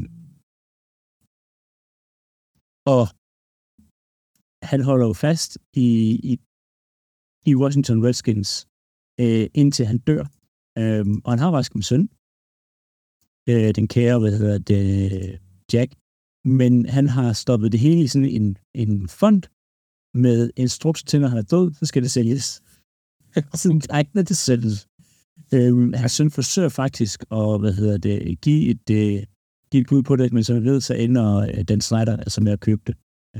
og han holder jo fast i, i, i Washington Redskins, øh, indtil han dør. Øhm, og han har faktisk en søn, øh, den kære, hvad hedder det, Jack. Men han har stoppet det hele i sådan en, en fond, med instruks til, når han er død, så skal det sælges. Sådan egner det sælges. Øhm, hans søn forsøger faktisk at, hvad hedder det, give et, uh, give et bud på det, men som jeg ved, så ender uh, Dan Snyder altså med at købe det. Ja.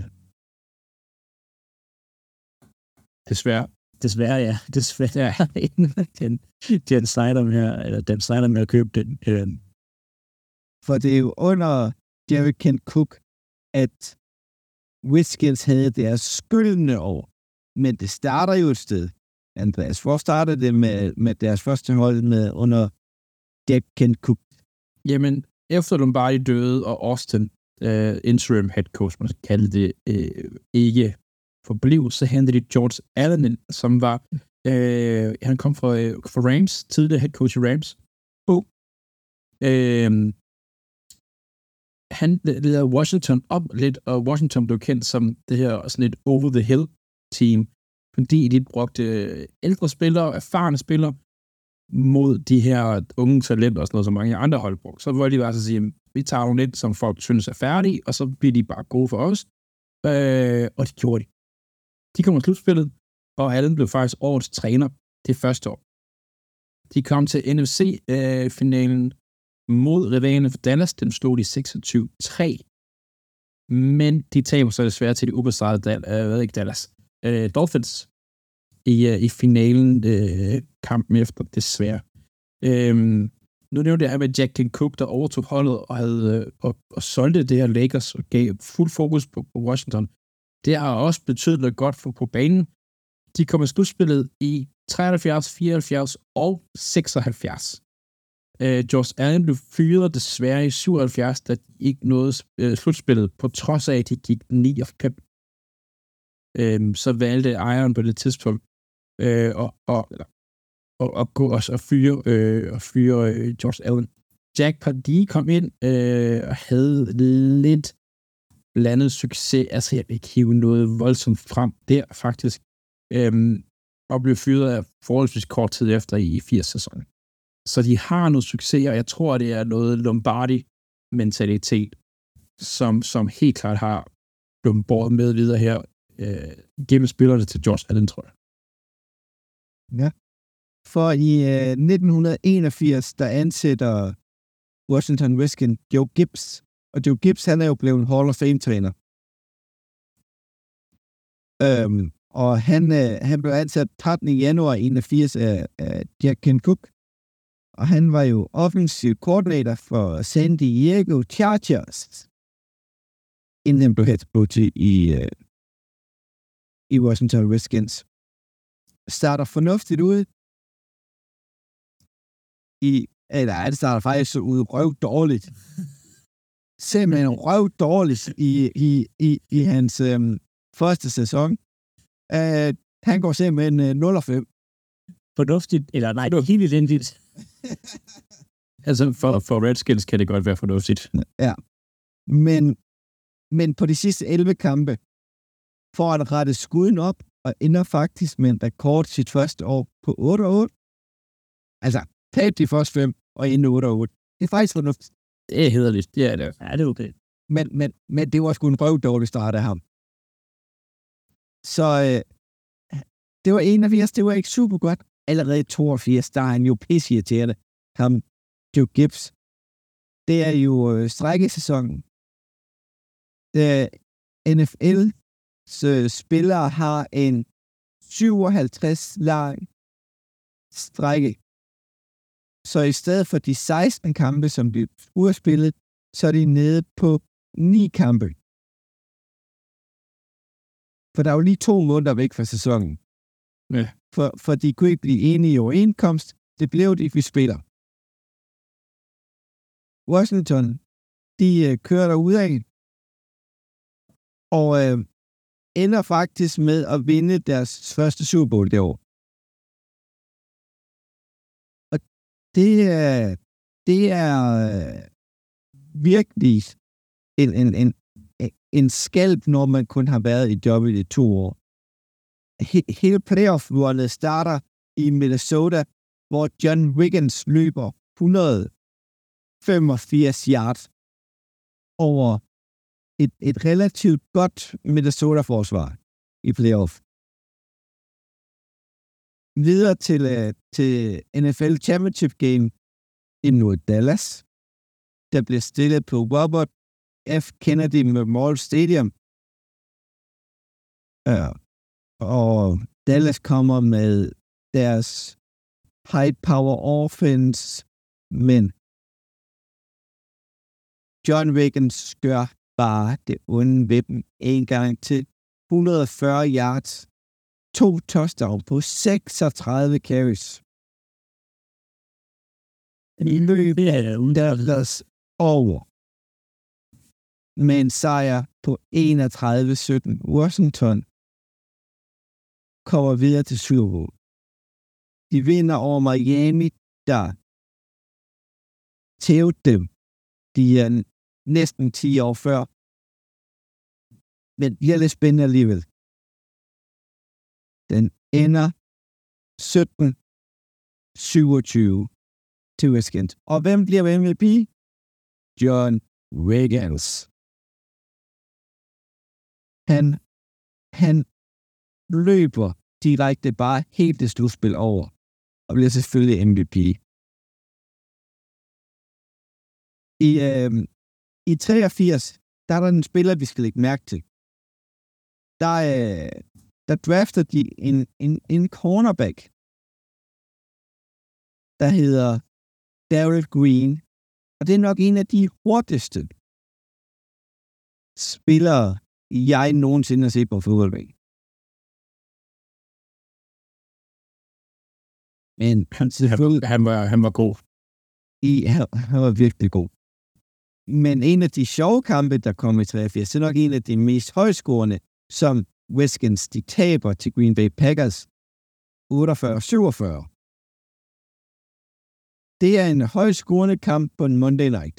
Desværre. Desværre, ja. Desværre, ja. den, Dan Snyder med, eller Dan Snyder med at købe den. Øh. For det er jo under Jerry Kent Cooke, at Redskins havde deres skyldende år, men det starter jo et sted. Andreas, hvor startede det med, med deres første hold med under Jack Kent Cooke? Jamen, efter Lombardi døde, og Austin, uh, interim head coach, man skal kalde det, uh, ikke forblev, så hentede de George Allen, som var, uh, han kom fra, uh, fra Rams, tidligere head coach i Rams. Oh. Uh, han leder Washington op lidt, og Washington blev kendt som det her sådan et over-the-hill-team, fordi de brugte ældre spillere, erfarne spillere, mod de her unge talenter og sådan noget, som mange andre hold brugte. Så var de bare så sige, vi tager nogle lidt, som folk synes er færdige, og så bliver de bare gode for os. Øh, og det gjorde de. De kom til slutspillet, og Allen blev faktisk årets træner det første år. De kom til N F C-finalen øh, mod rivalerne for Dallas. Den stod de seksogtyve tre. Men de taber så desværre til de ubesejrede Dal- øh, hvad ikke Dallas. Øh, Dolphins i, øh, i finalen øh, kampen efter, desværre. Øh, nu nævnte jeg her med Jack Kent Cooke, der overtog holdet og, havde, øh, og, og solgte det her Lakers og gav fuld fokus på, på Washington. Det har også betydet noget godt for på banen. De kom i slutspillet i treoghalvfjerds, fireoghalvfjerds og seksoghalvfjerds. Uh, George Allen blev fyret desværre i syvoghalvfjerds, da de ikke nåede uh, slutspillet, på trods af, at de gik ni og fem. Uh, så valgte ejeren på det tidspunkt uh, og, og, eller, og, og gå også og fyre, uh, og fyre uh, George Allen. Jack Pardee kom ind uh, og havde lidt blandet succes. Altså, jeg vil ikke hive noget voldsomt frem der, faktisk. Um, og blev fyret af forholdsvis kort tid efter i firs sæsonen. Så de har noget succes, og jeg tror, det er noget Lombardi-mentalitet, som, som helt klart har blevet båret med videre her øh, gennem spillerne til George Allen, tror jeg. Ja. For i øh, nitten enogfirs, der ansætter Washington Redskins Joe Gibbs, og Joe Gibbs, han er jo blevet en Hall of Fame-træner. Øhm, og han, øh, han blev ansat trettende januar enogfirs af, af Jack Kent Cooke, og han var jo offensiv koordinator for San Diego Chargers, inden han blev head coach i, uh, i Washington Redskins. Starter fornuftigt ud. I, eller det starter faktisk så ud røv dårligt. Simpelthen røv dårligt i, i, i, i hans øhm, første sæson. Uh, han går simpelthen uh, nul og fem. Fornuftigt, eller nej, det er helt identisk. Altså, for, for Redskins kan det godt være fornuftigt. Ja. Men, men på de sidste elleve kampe får han rettet skuden op, og ender faktisk med en rekord sit første år på otte og otte. Altså, tab de første fem, og ende otte og otte. Det er faktisk fornuftigt. Det er hederligt, det er det. Ja, det er okay. Men, men, men det var sgu en røvdårlig start af ham. Så øh, det var enogfirs, det var ikke super godt. Allerede i toogfirs, der er han jo pisseirriterende. Ham, Joe Gibbs. Det er jo øh, strækkesæsonen. Øh, N F L's øh, spillere har en syvoghalvtreds lang strække. Så i stedet for de seksten kampe, som de skulle have spillet, så er de nede på ni kampe. For der er jo lige to måneder væk fra sæsonen. Ja. For, for de kunne ikke blive enige i overenskomst. Det blev de, vi spiller. Washington, de øh, kører derudad, og øh, ender faktisk med at vinde deres første Super Bowl det år. Og det er, det er øh, virkelig en, en, en, en skalp, når man kun har været i jobbet i to år. He- hele playoff-rundet starter i Minnesota, hvor John Wiggins løber et hundrede og femogfirs yards over et, et relativt godt Minnesota-forsvar i playoff. Videre til, uh, til N F L Championship Game i North Dallas, der bliver stillet på Robert F. Kennedy Memorial Stadium. Uh, og Dallas kommer med deres high power offense, men John Wiggins gør bare det onde ved dem en gang til et hundrede og fyrre yards, to touchdown på seksogtredive carries. I løb Dallas over med en sejr på enogtredive sytten. Washington kommer videre til Super Bowl. De vinder over Miami, der tævede dem. De er næsten ti år før. Men bliver lidt spændende alligevel. Den ender sytten syvogtyve til Redskins. Og hvem bliver M V P? John Wiggins. Han, han løber direkte bare helt det slutspil over, og bliver selvfølgelig M V P. I, øh, i treogfirs, der er der en spiller, vi skal lægge mærke til. Der, øh, der drafter de en, en, en cornerback, der hedder Darrell Green, og det er nok en af de hurtigste spillere, jeg nogensinde har set på fodboldbanen. Men han, han, var, han var god. I, han, han var virkelig god. Men en af de sjove kampe, der kom i treogfirs, det er nok en af de mest højscorende, som Redskins, de taber til Green Bay Packers otteogfyrre syvogfyrre. Det er en højscorende kamp på en Monday night.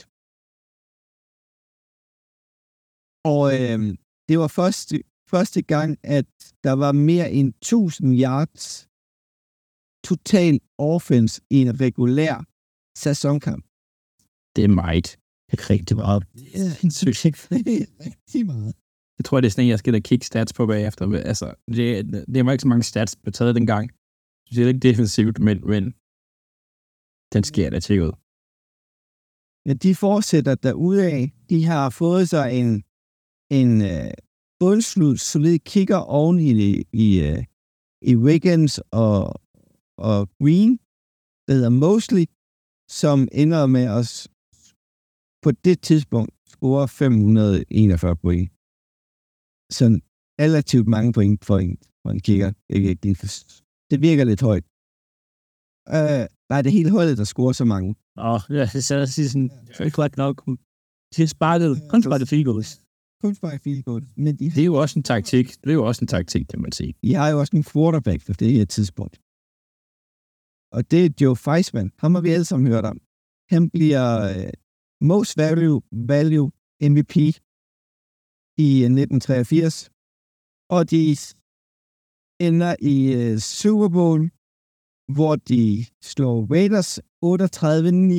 Og øh, det var første, første gang, at der var mere end tusind yards total offense i en regulær sæsonkamp. Det er meget. Det er rigtig meget. Det er sindssygt. Det er rigtig meget. Jeg tror, det er sådan en, jeg skal da kigge stats på bagefter. Altså, det, det var ikke så mange stats, der taget dengang. Det er ikke defensivt, men, men den sker da til ud. Ja, de fortsætter derudad. De har fået sig en, en uh, bundslut, solid kigger oven i, i, uh, i Wiggins og, og Green, der hedder Mosley, som ender med os på det tidspunkt score fem hundrede og enogfyrre point. Sådan relativt mange point for en, for en kigger. Ikke, ikke, det virker lidt højt. Uh, nej, det er hele holdet, der scorer så mange. Åh, oh, ja, det er sådan, det er godt nok. De har sparket, kun sparket field goals. Kun sparket field goals. Men de, det er jo også en taktik. Det er jo også en taktik, kan man sige. De har jo også en quarterback for det her tidspunkt. Og det er Joe Theismann. Ham har vi alle sammen hørt om. Han bliver uh, most value, value M V P i nitten treogfirs. Og de ender i uh, Super Bowl, hvor de slår Raiders otteogtredive ni.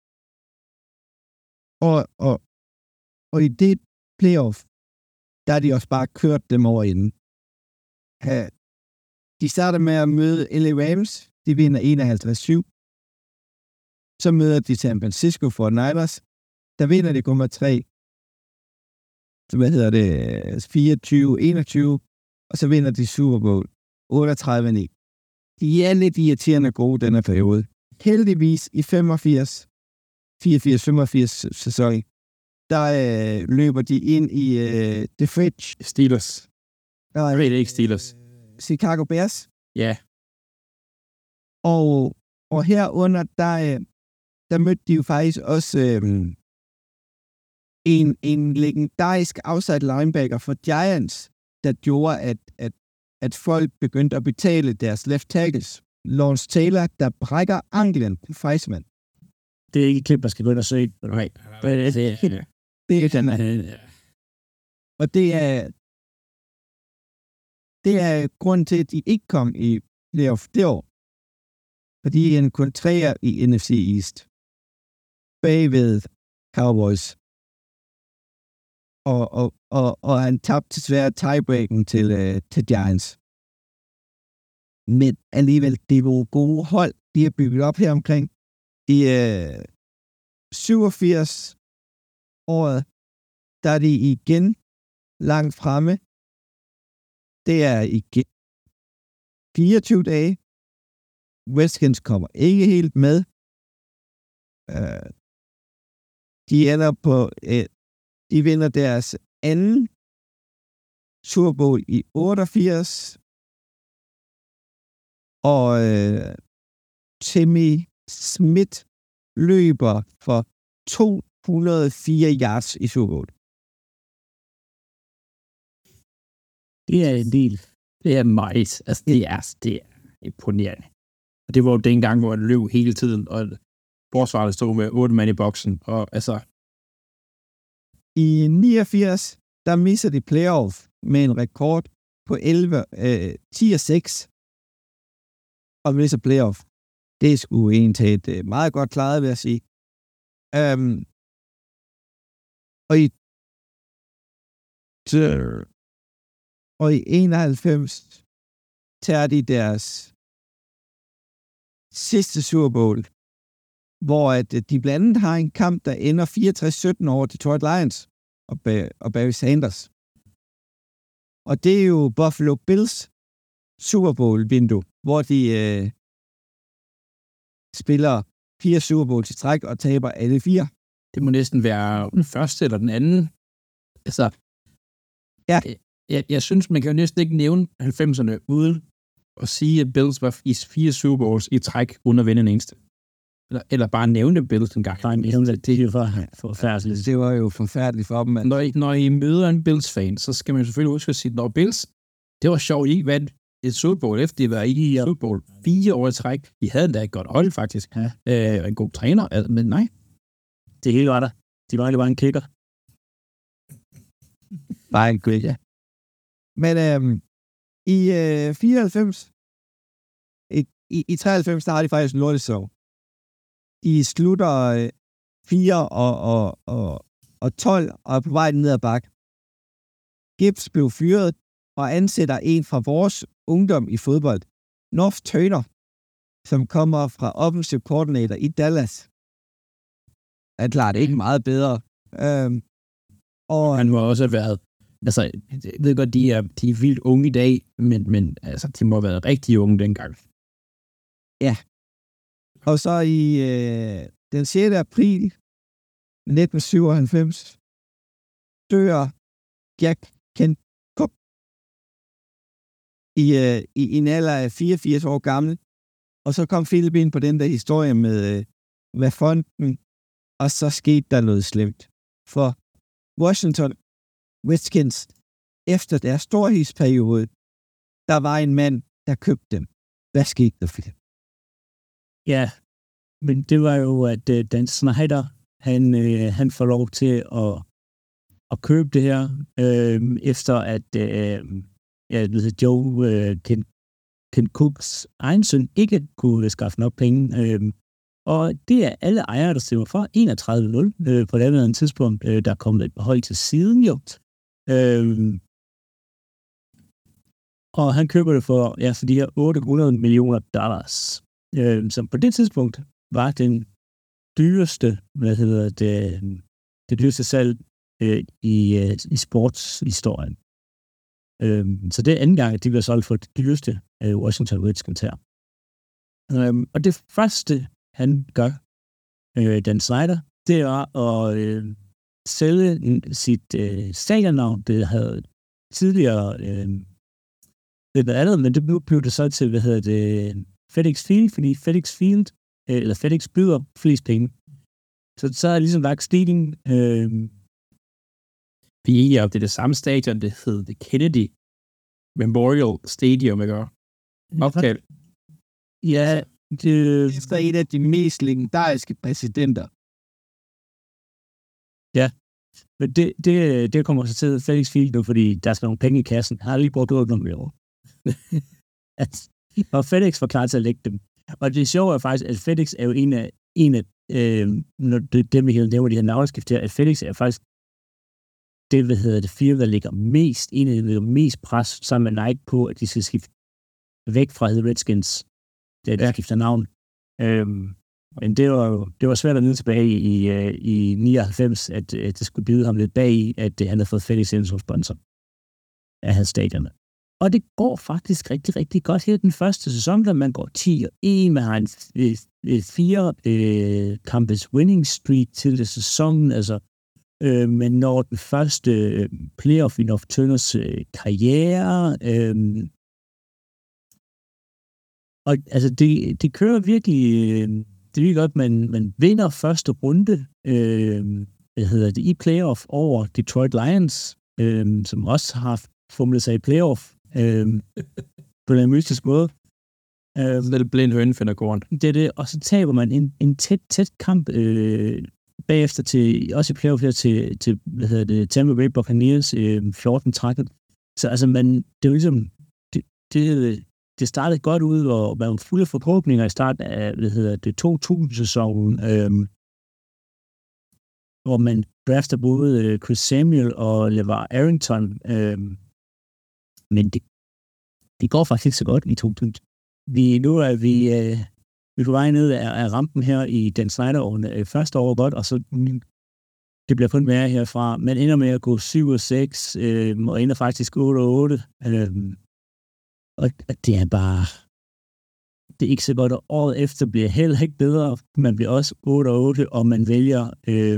Og, og, og i det playoff, der har de også bare kørt dem over inden. Uh, de starter med at møde L A Rams. De vinder enoghalvtreds syv. Så møder de San Francisco forty-niners. Der vinder de kun med tre. Så hvad hedder det? fireogtyve enogtyve. Og så vinder de Super Bowl otteogtredive ni. de er lidt irriterende gode denne periode. Heldigvis i femogfirs, fireogfirs femogfirs sæson, der øh, løber de ind i øh, The Fridge. Steelers. Nej, Jeg ved det ikke, Steelers. Chicago Bears. Ja. Og, og herunder, der, øh, der mødte de jo faktisk også øh, en, en legendarisk outside linebacker for Giants, der gjorde, at, at, at folk begyndte at betale deres left tackles. Lawrence Taylor, der brækker anklen på Feisman. Det er ikke et klip, der skal gå ind og søge. Nej. Det er den. Og det er det er grunden til, at de ikke kom i playoff det år. Fordi han kun træer i N F C East. Bagved Cowboys. Og, og, og, og han tabte desværre tiebreaken til, uh, til Giants. Men alligevel, det var gode hold, de har bygget op her omkring. I uh, syvogfirs året, der er de igen langt fremme. Det er igen fireogtyve dage. Redskins kommer ikke helt med. Uh, de ender på, uh, de vinder deres anden Super Bowl i otteogfirs. Og uh, Timmy Smith løber for to hundrede og fire yards i Super Bowl. Det er en del. Det er meget. Altså, det er, det er imponerende. Og det var jo den gang, hvor han løb hele tiden, og forsvaret stod med otte mand i boksen, og altså... I niogfirs, der misser de playoff med en rekord på elleve, øh, ti og seks, og misser playoff. Det er sgu egentlig et øh, meget godt klaret, vil jeg sige. Um, og i og i enoghalvfems tager de deres sidste Super Bowl, hvor at de blandt andet har en kamp, der ender fireogtres sytten over Detroit Lions og, Ba- og Barry Sanders. Og det er jo Buffalo Bills Super Bowl-vindue, hvor de øh, spiller fire Super Bowls i træk og taber alle fire. Det må næsten være den første eller den anden. Altså, ja. jeg, jeg synes, man kan jo næsten ikke nævne halvfemserne uden at sige, at Bills var i fire Super Bowls i træk, uden at vinde en eneste. Eller, eller bare nævne Bills en gang. Nej, nævne det, det er jo forfærdeligt. Det var jo forfærdeligt for dem. Når I, når I møder en Bills-fan, så skal man jo selvfølgelig huske at sige, når Bills, det var sjovt, I vandt et Super Bowl, efter de var i Super Bowl fire år i træk. De havde endda et godt hold, faktisk. Ja. Øh, en god træner, men nej. Det hele var der. De var egentlig bare en kicker. Bare en kicker, ja. Men øhm, i øh, fireoghalvfems, i, i, i treoghalvfems, der har de faktisk en lortesov. De slutter øh, fire og, og, og, og tolv og er på vej ned ad bakke. Gibbs blev fyret og ansætter en fra vores ungdom i fodbold, North Turner, som kommer fra offensive coordinator i Dallas. Han klarer det ikke meget bedre. Øhm, og han må også have været, altså, jeg ved godt, de er, de er vildt unge i dag, men, men altså, de må have været rigtig unge dengang. Ja. Og så i øh, den sjette april nitten syvoghalvfems dør Jack Kent Cook i, øh, i, i en alder af fireogfirs år gammel. Og så kom Philip ind på den der historie med, øh, med fonden, og så skete der noget slemt. For Washington Redskins, efter deres storhedsperiode, der var en mand, der købte dem. Hvad skete der, Philip? Ja, men det var jo, at uh, Dan Snyder, han, øh, han får lov til at, at købe det her, øh, efter at øh, ja, Joe øh, Ken, Ken Cooks egen søn ikke kunne skaffe nok penge. Øh, og det er alle ejere, der stemmer for enogtredive nul øh, på det andet tidspunkt. Øh, der er kommet et hold til siden, jo. Øh, og han køber det for, ja, for de her otte hundrede millioner dollars. Øh, som på det tidspunkt var den dyreste, hvad hedder det, det dyreste salg øh, i, øh, i sportshistorien. Øh, så det er anden gang, at de bliver solgt for det dyreste øh, Washington Redskins her. Øhm, og det første, han gør, øh, Dan Snyder, det var at øh, sælge sit øh, stadionnavn. Det havde tidligere øh, lidt noget andet, men det blev, blev det så til, hvad hedder det, FedEx Field, fordi FedEx Field, øh, eller FedEx byder flest penge. Så så er ligesom lagt stilen. Øh, Vi er enige om, det er det samme stadion, det hed The Kennedy Memorial Stadium, ikke? Opkald. Ja, det... Efter en af de mest legendariske præsidenter. Ja, men det, det, det kommer så til FedEx Field nu, fordi der skal nogle penge i kassen. Jeg har lige brugt otte millioner år. Og FedEx var klar til at lægge dem. Og det sjove er faktisk, at FedEx er jo en af, en af øh, når det, det vi hele nævner, de her navneskift her, at FedEx er faktisk det, hvad hedder det, firma, der ligger mest, en af de ligger mest pres sammen med Nike på, at de skal skifte væk fra The Redskins, da de ja. skifter navn. Øhm, men det var jo det var svært at nyde tilbage i, i, i nioghalvfems, at, at det skulle bide ham lidt bag i, at han havde fået FedEx ind som sponsor af hans stadioner. Og det går faktisk rigtig, rigtig godt her den første sæson, da man går ti og en, man har en fire øh, campus winning streak til det sæsonen, altså øh, men når den første øh, playoff i North Turners øh, karriere, øh, og altså det, det kører virkelig, øh, det er virkelig godt, man, man vinder første runde, øh, hvad hedder det, i playoff over Detroit Lions, øh, som også har fumlet sig i playoff, øh, på en mystisk måde. Øh, det er blind høne finder korn. Det er det, og så taber man en, en tæt, tæt kamp, øh, bagefter til, også i playoff her til, til hvad hedder det, Tampa Bay Buccaneers øh, fjorten tretten. Så altså, man, det er jo ligesom, det, det, det startede godt ud, og man var fuld af forhåbninger i starten af, hvad hedder det, to tusind-sæsonen, øh, hvor man drafter både Chris Samuel og LeVar Arrington, øh, men det, det går faktisk ikke så godt i to tusind. Vi, nu er vi, øh, vi er på vej ned af, af rampen her i Dan Snyder-årene. Øh, første år godt, og så det bliver kun mere herfra. Man ender med at gå syv og seks, øh, og ender faktisk otte og otte. Øh, og det er bare... Det er ikke så godt, og året efter bliver heller ikke bedre. Man bliver også otte og otte, og man vælger øh,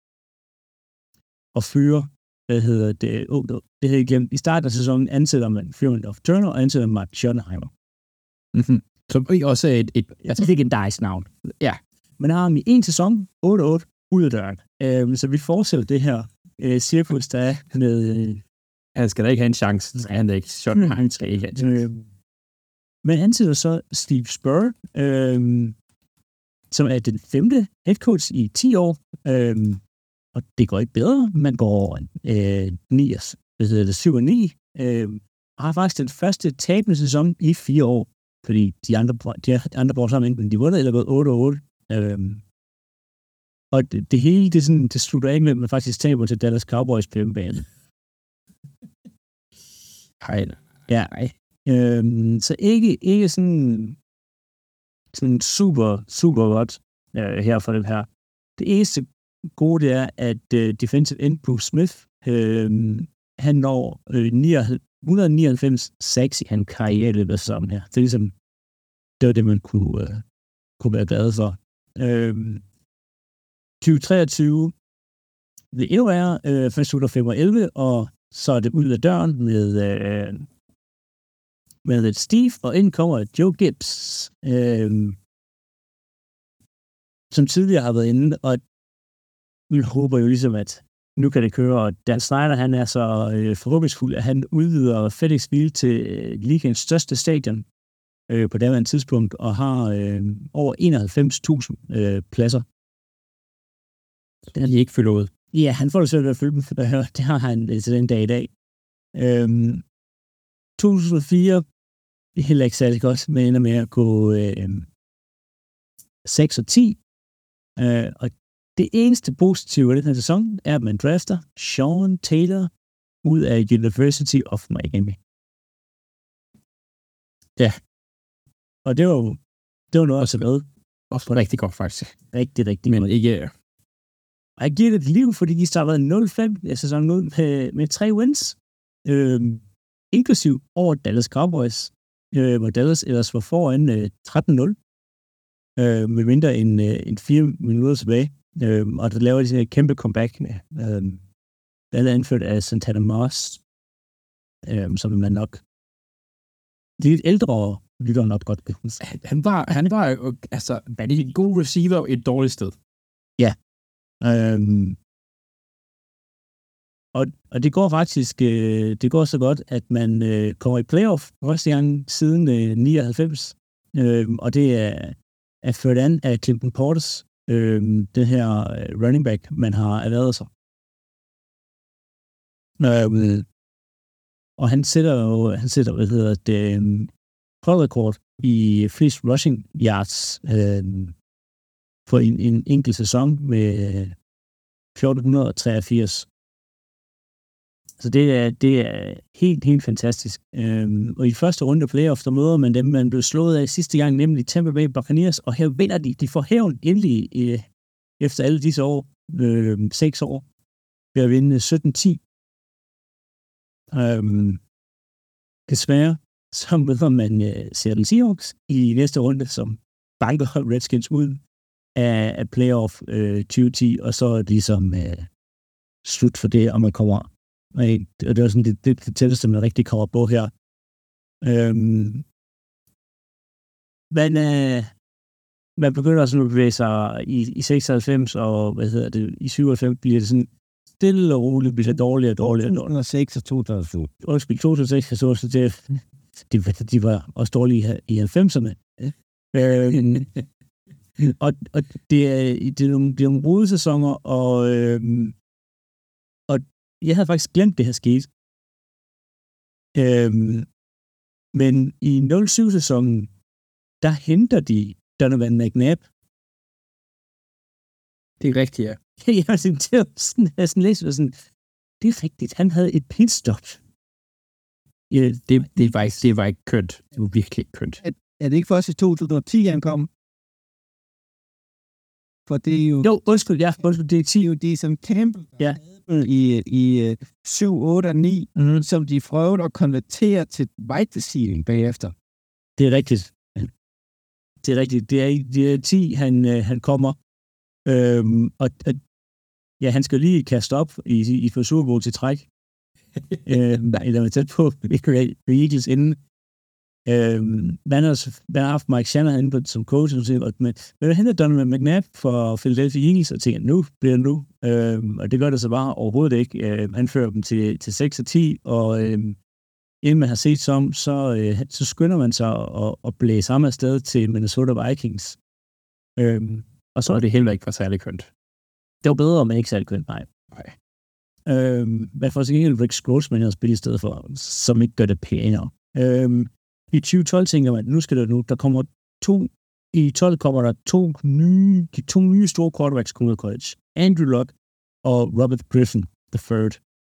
at fyre, hvad hedder det, oh, det hedder igen. I starten af sæsonen ansætter man fyren of Turner, og ansætter Mark Schottenheimer. Mm-hmm. Som også er et, et altså, legendarisk navn. Ja. Man har ham i en sæson, otte og otte, ud af døren. Øh, så vi fortsætter det her øh, cirkus, der er med... Øh, han skal da ikke have en chance. Nej, han er ikke. Schottenheimer skal ikke have en chance. Øh, men ansætter så Steve Spurr, øh, som er den femte head coach i ti år. Øh, og det går ikke bedre. Man går øh, ni, hvad hedder det, syv og ni. Øh, og har faktisk den første tabende sæson i fire år. Fordi de andre, de andre brugte sammen enten de vundet eller gået otte og otte. Øhm, og det, det hele, det, sådan, det slutter ikke med, at man faktisk taber til Dallas Cowboys på hjemmebane. Hej. Ja, øhm, så ikke, ikke sådan, sådan super, super godt øh, her for det her. Det eneste gode, det er, at øh, defensive end Bruce Smith, øh, han når øh, et hundrede og nioghalvfems sacks i hans karriere i løbet af sæsonen her. Det er ligesom, det var det, man kunne, øh, kunne være glad for. Øh, tyve treogtyve, det endnu er øh, først slutter fem og elleve, og så er det ud af døren med, øh, med et Steve, og ind kommer Joe Gibbs, øh, som tidligere har været inde, og vi håber jo ligesom, at nu kan det køre, og Dan Snyder, han er så øh, forhåbningsfuld, at han udvider FedEx Field til øh, ligaens største stadion øh, på daværende tidspunkt, og har øh, over enoghalvfems tusind øh, pladser. Den er lige ikke fyldt ud. Ja, han får det svært ved at fylde dem, for det har han øh, til den dag i dag. Øhm, to tusind og fire, det er heller ikke særlig godt, men ender med at gå øh, seks og ti, øh, og det eneste positive af den her sæson er, at man drafter Sean Taylor ud af University of Miami. Ja. Og det var jo det var noget også noget. Også rigtig godt, faktisk. Rigtig, rigtig Men godt. ikke... Og jeg giver det et liv, fordi de startede nul fem i sæsonen ud med, med tre wins. Øhm, inklusiv over Dallas Cowboys, øh, hvor Dallas ellers var foran øh, tretten nul. øh, med mindre end, øh, end fire minutter tilbage. Øh, og der laver de sådan et kæmpe comeback med, øh, der er anført af Santana Moss, øh, som man nok de lidt ældre lytter nok godt kan huske. Han var, han var jo, altså, en god receiver et dårligt sted. Ja. Øhm, og, og det går faktisk, øh, det går så godt, at man øh, kommer i playoff første gang siden øh, nioghalvfems. Øh, og det er, er ført an af Clinton Portis, øh, den her øh, running back, man har erhvervet sig. Øh, og han sætter jo, han sætter, hvad hedder det, holdrekord i flest rushing yards øh, for en, en enkelt sæson med fjorten treogfirs. Så det er, det er helt, helt fantastisk. Øhm, og i første runde af playoff, der møder man dem, man blev slået af sidste gang, nemlig Tampa Bay Buccaneers, og her vinder de. De får hævn endelig øh, efter alle disse år, øh, seks år, ved at vinde sytten ti. Øhm, desværre, så møder man uh, Seattle Seahawks i næste runde, som banker Redskins ud af, af playoff uh, tyve ti, og så er det ligesom uh, slut for det, og man kommer. Og det var sådan det, det, det tætteste, man rigtig kommer på her. Øhm, man, uh, man begynder også at bevæge sig i, i seksoghalvfems, og hvad hedder det, i syvoghalvfems bliver det sådan stille og roligt, bliver det dårligere og dårligere. to tusind og seks og to tusind og syv. Undskyld, to tusind og seks, så det De, de var også dårlige i halvfemserne. Ja. Øh, og og det, er, det, er nogle, det er nogle rodesæsoner, og, øh, og jeg havde faktisk glemt, det her skete. Øh, men i nul syv-sæsonen, der henter de Donovan McNabb. Det er rigtigt, ja. Jeg har sådan, sådan, sådan læst, sådan, det er rigtigt, han havde et pitstop. Ja, det, det, var ikke, det var ikke kønt. Det var virkelig ikke kønt. Er, er det ikke først i to tusind og ti, han kom? For det er jo... Jo, undskyld, ja, undskyld, det er ti. Det er jo de, som Campbell ja. i, i syv, otte og ni, mm-hmm. som de prøvede at konvertere til wide receiving bagefter. Det er rigtigt. Det er rigtigt. Det er, det er ti, han, han kommer. Øhm, og, og ja, han skal lige kaste op i, i for Super Bowl til træk. øh, eller man tæt på Eagles inden. Øh, man, har, man har haft Mike Shanahan inde på som coach, og siger, men man henter Donovan McNabb for Philadelphia Eagles, og tænker, nu bliver det nu. Øh, og det gør det så bare overhovedet ikke. Øh, han fører dem til, til seks og ti, og øh, inden man har set som, så, øh, så skynder man sig at, at blæse samme afsted til Minnesota Vikings. Øh, og så og det heller ikke var særlig kønt. Det var bedre, men ikke særlig kønt, nej. Nej. Øhm, hvad for sig ikke Rick Scrolsman har spillet i stedet for, som ikke gør det pænere. Øhm, I tyve tolv tænker man, nu skal der nu, der kommer to, i tolv kommer der to nye, de to nye store quarterbacks kommer ud af college. Andrew Luck og Robert Griffin the third.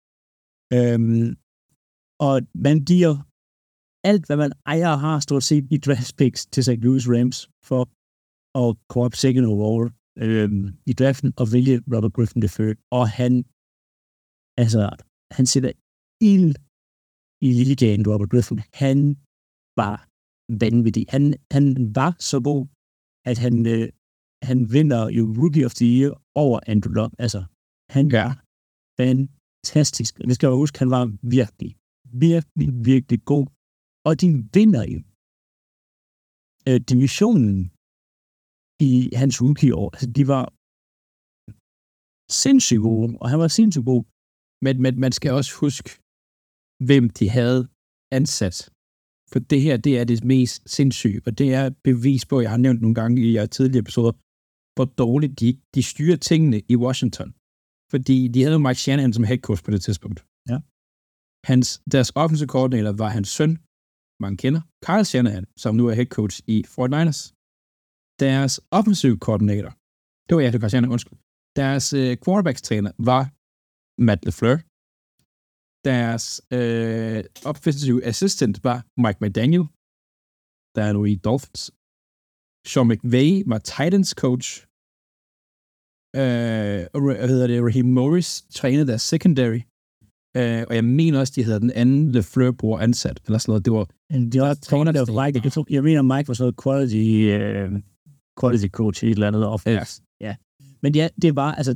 Øhm, og man giver alt, hvad man ejer og har stort set i draft picks til Saint Louis Rams for at komme op second overall øhm, i draften og vælge Robert Griffin the third. Og han Altså, han sætter ild i ligaen, Robert Griffin. Han var vanvittig. Han, han var så god, at han, øh, han vinder jo Rookie of the Year over Andrew Luck. Altså, han er fantastisk. Og det skal jeg huske, han var virkelig, virkelig, virkelig god. Og de vinder jo øh, divisionen i hans rookie-år. Altså, de var sindssygt gode, og han var sindssygt god. Men, men man skal også huske, hvem de havde ansat. For det her, det er det mest sindssyge, og det er bevis på, jeg har nævnt nogle gange i jeres tidligere episoder, hvor dårligt de, de styrer tingene i Washington. Fordi de havde Mike Shanahan som head coach på det tidspunkt. Ja. Hans, deres offensive coordinator var hans søn, man kender, Kyle Shanahan, som nu er head coach i forty-niners. Deres offensive coordinator, det var jeg, det var Shanahan, undskyld. Deres øh, quarterbacks-træner var Matt LaFleur. Deres øh, offensive assistant var Mike McDaniel, der er nu i Dolphins. Sean McVay var Titans coach. Øh, og hvad hedder det? Raheem Morris trænede deres secondary. Øh, og jeg mener også, de hedder den anden LaFleur-bror ansat, eller sådan noget. Det var... Det var træner, der var Mike. Jeg, tror, jeg mener, Mike var sådan noget quality... Øh, quality coach i et eller andet offense. Ja. ja. Men ja, det var altså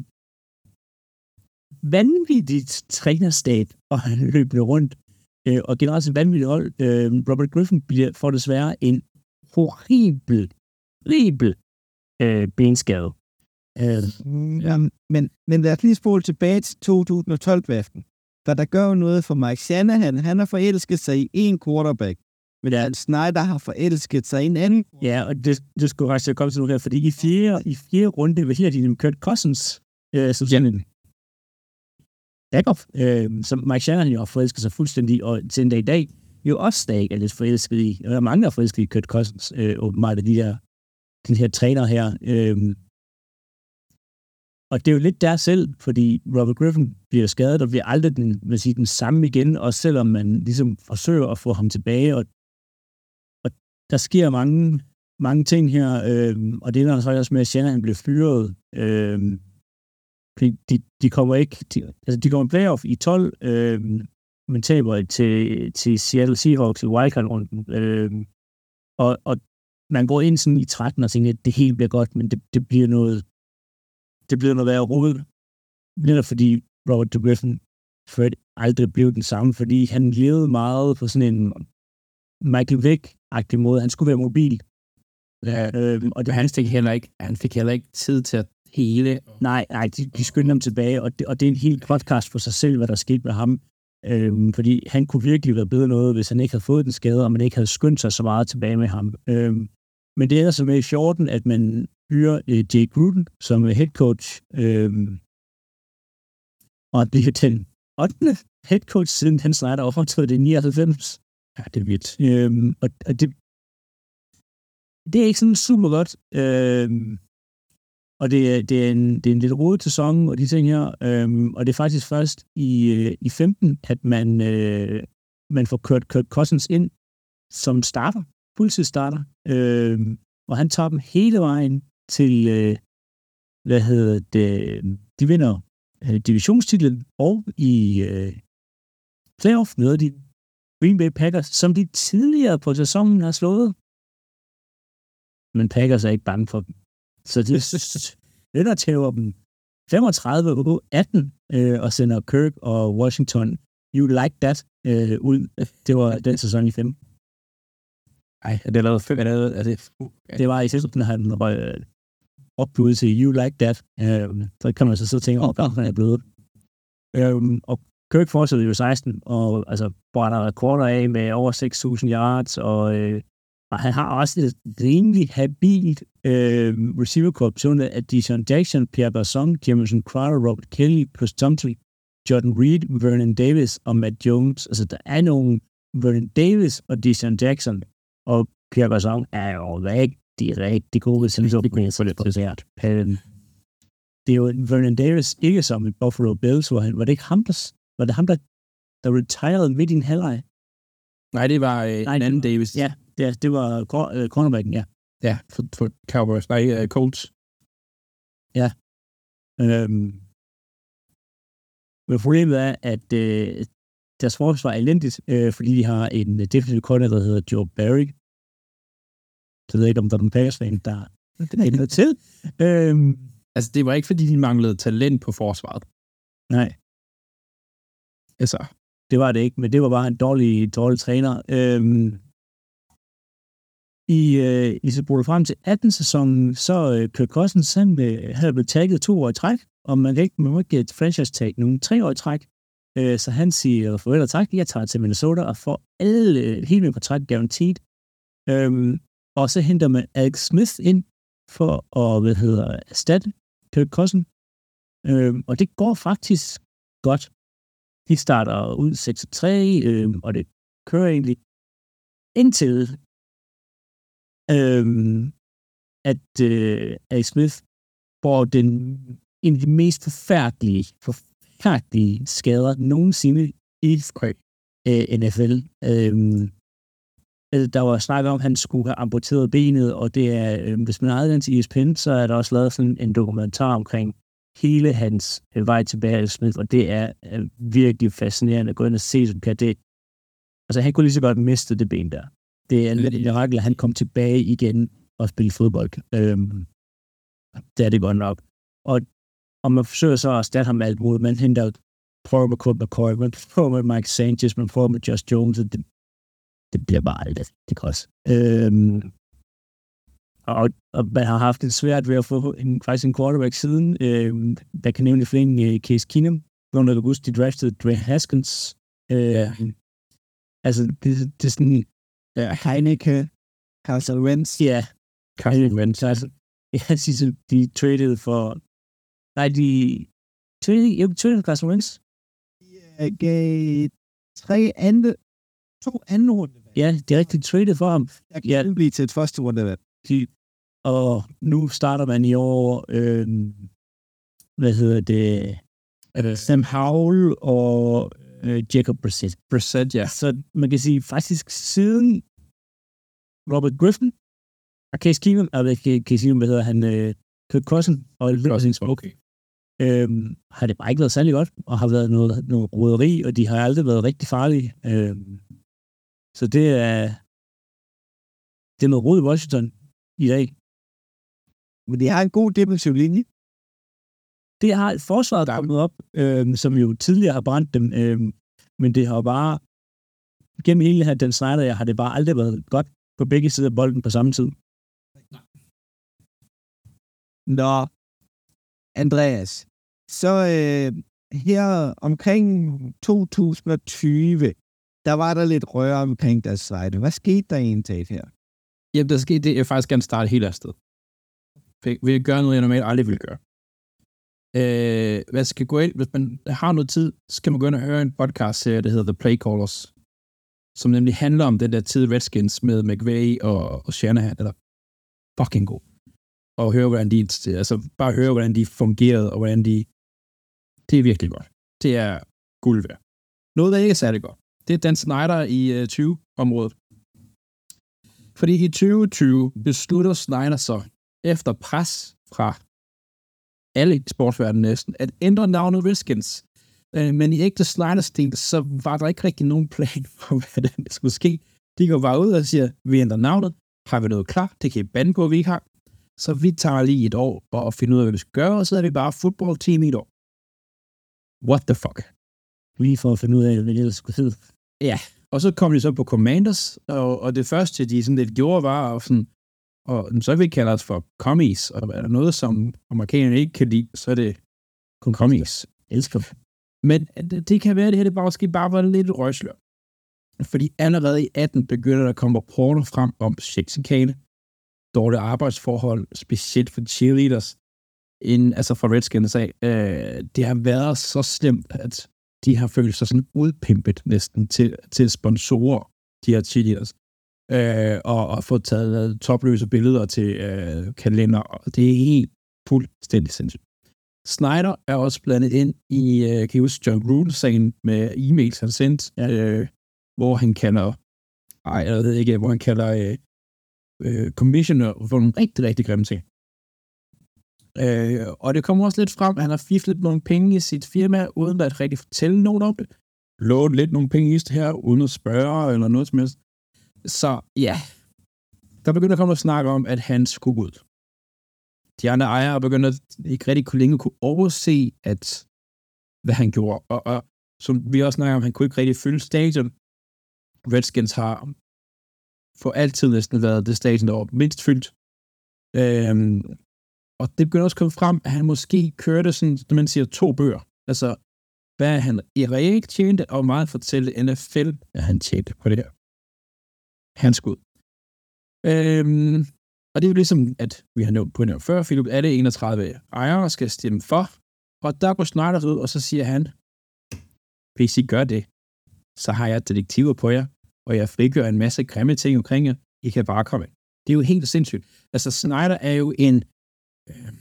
vanvittigt trænerstab og han løbende rundt. Øh, og generelt et vanvittigt hold. Øh, Robert Griffin bliver for desværre en horribel, horribel øh, benskade. Øh, ja, men, men lad os lige spole tilbage til to tusind og tolv-draften. For der gør jo noget for Mike Shanahan. Han har forelsket sig i en quarterback. Men Dan Snyder har forelsket sig i en anden. Ja, og det, det skulle faktisk komme til nu her, fordi i fjerde, i fjerde runde vælger de Kirk Cousins, øh, som sådan en backup, øh, som Mike Shanahan jo har forelsket sig fuldstændig, og til den dag i dag, jo også stadig er lidt forelsket i. Og der er mange, der er forelsket i Kirk Cousins, øh, åbenbart af de her, de her træner her. Øh, og det er jo lidt der selv, fordi Robert Griffin bliver skadet, og bliver aldrig den, vil sige, den samme igen, og selvom man ligesom forsøger at få ham tilbage, og der sker mange, mange ting her, øh, og det er så også med, at Shanahan blev fyret. Øh, de, de kommer ikke, de, altså de kommer i playoff i tolv, øh, men taber til, til Seattle Seahawks i wildcard-runden. Øh, og, og man går ind sådan i tretten og tænker, at det hele bliver godt, men det, det bliver noget, det bliver noget værre rodet. Netop fordi Robert Griffin Fred aldrig blev den samme, fordi han levede meget på sådan en Michael Vick-agtig måde. Han skulle være mobil. Ja, øh, og det, han, fik heller ikke, han fik heller ikke tid til at hele. Nej, nej de, de skyndte ham tilbage, og det, og det er en helt podcast for sig selv, hvad der skete med ham. Øhm, fordi han kunne virkelig være bedre noget, hvis han ikke havde fået den skade, og man ikke havde skyndt sig så meget tilbage med ham. Øhm, men det er så med i fjorten, at man hyrer øh, Jay Gruden som head coach. Øhm, og det er den ottende head coach, siden han Snyder overtog det i nioghalvfems. Ja, det er vildt. Øhm, og, og det, det er ikke sådan super godt. Øhm, og det, det, er en, det er en lidt rodet sæson, og de ting her. Øhm, og det er faktisk først i, i femten, at man, øh, man får kørt Kirk Cousins ind som starter, fuldtidsstarter. Øhm, og han tager dem hele vejen til, øh, hvad hedder det, de vinder øh, divisionstitlen, og i øh, playoff møder de Green Bay Packers, som de tidligere på sæsonen har slået. Men Packers er ikke bange for dem. Så de lønner tæver dem femogtredive atten øh, og sender Kirk og Washington You Like That øh, ud. Det var den sæson i fem. Ej, det er lavet fem. Er det, er det, uh, det var i sidste, han røg opbud til You Like That. Øh, så kan man så sidde og tænke, åh, oh, han er blevet. Øh, og Kirk fortsætter jo seksten, og altså brænder rekorder af med over seks tusind yards, og, øh, og han har også et rimelig habilt øh, receiver-corps, bestående af Deshaun Jackson, Pierre Garçon, Jameson Crowder, Robert Kelly, Chris Thompson, Jordan Reed, Vernon Davis og Matt Jones. Altså, der er nogle Vernon Davis og Deshaun Jackson, og Pierre Garçon er jo rigtig, rigtig gode til at få det på svært. Det er jo Vernon Davis, ikke som i Buffalo Bills, hvor han, var det ikke ham, der, var det ham, der, der retired midt i en halvleg? Nej, det var øh, Nej, en anden Davis. Ja, det, det var uh, cornerbacken, ja. Ja, for, for Cowboys. Nej, uh, Colts. Ja. Øhm. Men problemet er, at øh, deres forsvar er elendigt, øh, fordi de har en defensive corner, der hedder Joe Barry. Så jeg ved ikke, om der er en Packers-fan, der er noget til. Øhm. Altså, det var ikke, fordi de manglede talent på forsvaret. Nej. Altså. Det var det ikke, men det var bare en dårlig, dårlig træner. Øhm. I, øh, I så bruger frem til atten-sæsonen, så øh, Kirk Cousins, han øh, havde blevet tagget to år i træk, og man kan ikke, man må ikke get franchise-tag nogen tre år i træk. Øh, så han siger, forældre tak, jeg tager til Minnesota og får alle øh, helt med kontrakt guaranteed. Øhm, og så henter man Alex Smith ind for at, hvad hedder, erstatte Kirk Cousins. Øhm, og det går faktisk godt. De starter ud seks og tre, øhm, og det kører egentlig indtil øhm, at øh, Alex Smith får den, en af de mest forfærdelige, forfærdelige skader nogensinde i øh, N F L. Øhm, der var snak om, at han skulle have amputeret benet, og det er, øh, hvis man ejede den til E S P N, så er der også lavet sådan en dokumentar omkring hele hans øh, vej tilbage til Smith, og det er øh, virkelig fascinerende at gå ind og se, som kan det. Altså, han kunne lige så godt miste det ben der. Det er en mirakel, at han kom tilbage igen at spille fodbold. Øhm, det er det godt nok. Og, og man forsøger så at erstatte ham med alt muligt. Man henter, prøver med Colt McCoy, man prøver med Mike Sanchez, man prøver med Josh Jones, og det, det bliver bare alt det godt. Øhm, og, og man har haft det svært ved at få en, faktisk en quarterback siden. Øhm, der kan nævne flere uh, Case Keenum, hvor der august, de draftede Dwayne Haskins. Øh, altså, det, det er sådan... Ja, Heineke, Carson Wentz. Ja, Carson Wentz. Altså, jeg synes, de traded for... Nej, de... Traded, jeg traded Carson Wentz. Jeg gav tre andre... To anden runde. Ja, de er rigtig traded for ham. Jeg kan ja. blive til et første runde. De, og nu starter man i år... Øh, hvad hedder det? Øh, Sam Howell og øh, Jacob Brissett. Brissett, ja. Så man kan sige, faktisk siden Robert Griffin og Case Keenum, eller Case Keenum, hvad hedder han, øh, Kirk Cousin og Cousins, okay. øhm, har det bare ikke været særlig godt, og har været noget, noget roderi, og de har aldrig været rigtig farlige. Øhm, så det er det er noget rod i Washington i dag. Men de har en god defensiv linje. Det har forsvaret der kommet op, øhm, som jo tidligere har brændt dem, øhm, men det har bare gennem hele her den Snyder, jeg har det bare aldrig været godt på begge sider af bolden på samme tid. Nå, Andreas, så øh, her omkring to tusind og tyve, der var der lidt røre omkring deres side. Hvad skete der egentlig her? Jamen, der skete det, jeg faktisk gerne starte helt afsted. Vil jeg gøre noget, jeg normalt aldrig vil gøre. Øh, hvad skal gå ind, hvis man har noget tid, så skal man gå ind og høre en podcast, der hedder The Play Callers, som nemlig handler om den der tid Redskins med McVay og, og Shanahan, eller fucking god. Og høre, hvordan de, altså bare høre, hvordan de fungerede, og hvordan de, det er virkelig godt. Det er guld værd. Noget, der ikke er særlig godt, det er Dan Snyder i uh, tyve-området. Fordi i tyve tyve beslutter Snyder så, efter pres fra alle i sportsverdenen næsten, at ændre navnet Redskins. Uh, men i ægte Snyder-stil, så var der ikke rigtig nogen plan for, hvad det skulle ske. De går bare ud og siger, vi ændrer navnet, har vi noget klar, det kan I bande på, vi ikke har. Så vi tager lige et år for at finde ud af, hvad vi skal gøre, og så er vi bare fodboldteam i et år. What the fuck? Lige for at finde ud af, hvad det skulle hedde. Ja, og så kom de så på Commanders, og, og det første, de sådan lidt gjorde, var og sådan, og så vi kalder os for commies, og er der noget, som amerikanerne ikke kan lide, så er det commies. Elsker. Men det, det kan være, at det her det bare, måske bare var lidt røgslør. Fordi allerede i atten begynder der at komme rapporter frem om sexikane, dårlige arbejdsforhold, specielt for cheerleaders, inden, altså fra Redskins af. Øh, det har været så slemt, at de har følt sig sådan udpimpet næsten til, til sponsorer, de her cheerleaders, øh, og, og fået taget topløse billeder til øh, kalender, og det er helt fuldstændig sindssygt. Snyder er også blandet ind i, øh, kan I huske John Gruden-sagen med e-mails, han sendte, øh, hvor han kalder, ej, jeg ved ikke, hvor han kalder øh, øh, commissioner for nogle rigtig, rigtig grimme ting. Øh, og det kommer også lidt frem, at han har fiflet nogle penge i sit firma, uden at rigtig fortælle nogen om det. Lånt lidt nogle penge i det her, uden at spørge, eller noget som helst. Så ja, der begynder at komme og snakke om, at han skulle ud. De andre ejere begynder ikke rigtig kunne længe kunne overse, at hvad han gjorde. Og, og som vi også snakker om, han kunne ikke rigtig fylde stadion. Redskins har for altid næsten været det stadion, der var mindst fyldt. Øhm, og det begynder også at komme frem, at han måske kørte sådan, når man siger to bøger. Altså, hvad han i reelt tjente, og meget fortælle N F L, at han tjente på det her. Han skulle ud. Øhm, og det er jo ligesom, at vi har nævnt på den her før, Philip, alle enogtredive ejere skal stemme for, og der går Snyder ud, og så siger han, hvis I gør det, så har jeg detektiver på jer, og jeg frigør en masse grimme ting omkring jer. I kan bare komme ind. Det er jo helt sindssygt. Altså, Snyder er jo en... Øh,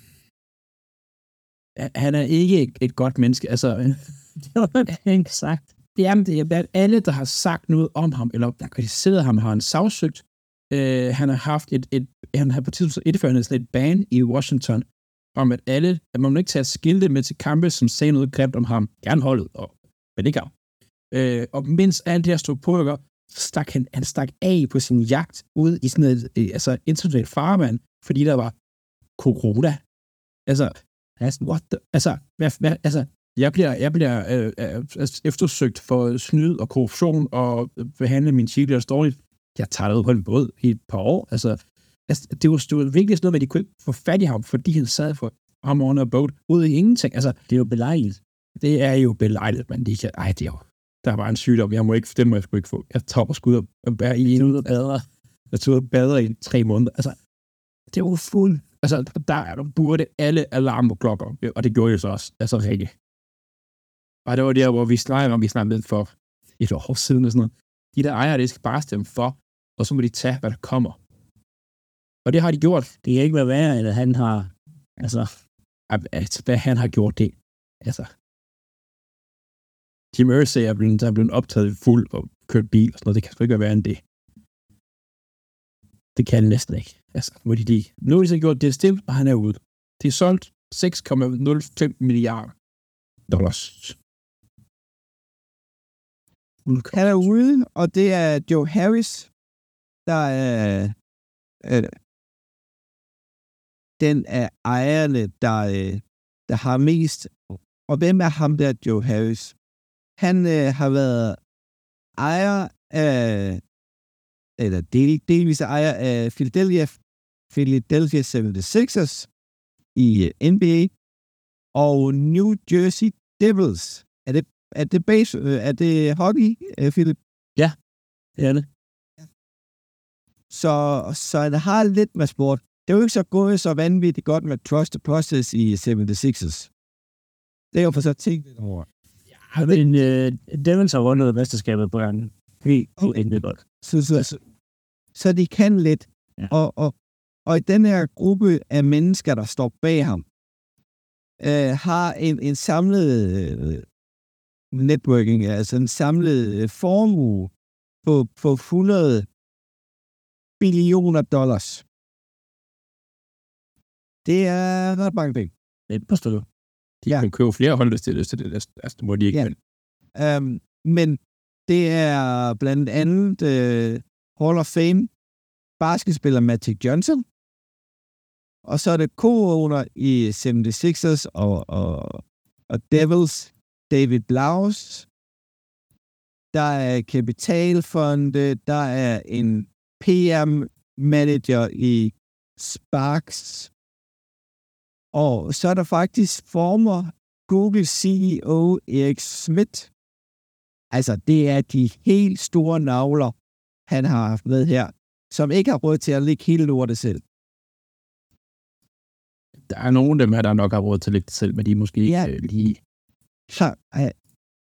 han er ikke et, et godt menneske. Altså, det var ikke sagt. Jamen, det er alle, der har sagt noget om ham, eller der kritiseret ham, har han sagsøgt. Øh, han har haft et, et... Han har på tidspunkt indført sådan et ban i Washington, om at alle... At man må ikke tage skilte med til kampe, som sagde noget grimt om ham. Gerne holdet, og men ikke ham. Øh, og mens alle de her strukturer, så stak han, han stak af på sin jagt ude i sådan et øh, altså, internationalt farvand, fordi der var corona. Altså, what the, altså, hvad, hvad, altså, jeg bliver, jeg bliver øh, øh, eftersøgt for snyd og korruption og behandle min cheerleaders dårligt. Jeg tager det ud på en båd i et par år. Altså, altså det, var, det var virkelig sådan noget med, at de kunne ikke få fat i ham, fordi han sad for ham on a boat ude i ingenting. Altså, det er jo belejligt. Det er jo belejligt, men de kan, ej, det er jo, der var en sygdom, jeg må ikke, den må jeg sgu ikke få. Jeg topper skud og bærer i en ud og bader. Jeg tog og bader i tre måneder. Altså, det var fuld. Altså, der er der burde alle alarmklokker, og det gjorde jeg så også. Altså, rigtig. Og det var der, hvor vi snakkede om, vi snakkede for et år siden og sådan noget. De der ejere, det skal bare stemme for, og så må de tage, hvad der kommer. Og det har de gjort. Det kan ikke være værre, at han har, altså... altså hvad han har gjort det. Altså... Jim Irsay er blevet, er blevet optaget fuld og kørt bil og sådan noget. Det kan sgu ikke være værre end det. Det kan det næsten ikke. Altså, må de lige... Nu har de så gjort det stilt, og han er ude. Det er solgt seks komma nul fem milliarder dollars. Han er ude, og det er Joe Harris, der er øh, den af ejerne, der, øh, der har mest. Og hvem er ham der, Joe Harris? Han øh, har været ejer af, eller del, delvis ejer af Philadelphia, Philadelphia seventy-sixers i øh, N B A, og New Jersey Devils. Er det Er det base, øh, er det hockey, øh, Philip? Ja, det er det. Så, så han har lidt med sport. Det er jo ikke så gået så vanvittigt godt med Trust the Process i seventy-sixers. Det er jo for så tænkt lidt over. Ja, men øh, Devils har vundet mesterskabet på gangen. Helt okay. Godt. Så, så, så, så de kan lidt. Ja. Og, og, og i den her gruppe af mennesker, der står bag ham, øh, har en, en samlet... Øh, networking, altså en samlet øh, formue på, på hundrede billioner dollars. Det er ret mange penge. Det er et par stykker. De ja. kan købe flere hold til det, så det, altså, det må de ikke. Ja. Um, men det er blandt andet uh, Hall of Fame basketspiller Magic Johnson, og så er det co-owner i seventy-sixers og, og, og Devils, David Blaus. Der er kapitalfonde, der er en P R-manager i Sparks, og så er der faktisk former Google C E O Eric Schmidt. Altså, det er de helt store navler, han har haft med her, som ikke har råd til at lægge hele lortet selv. Der er nogle af dem her, der nok har råd til at lægge det selv, men de er måske ja. ikke lige... Så, øh,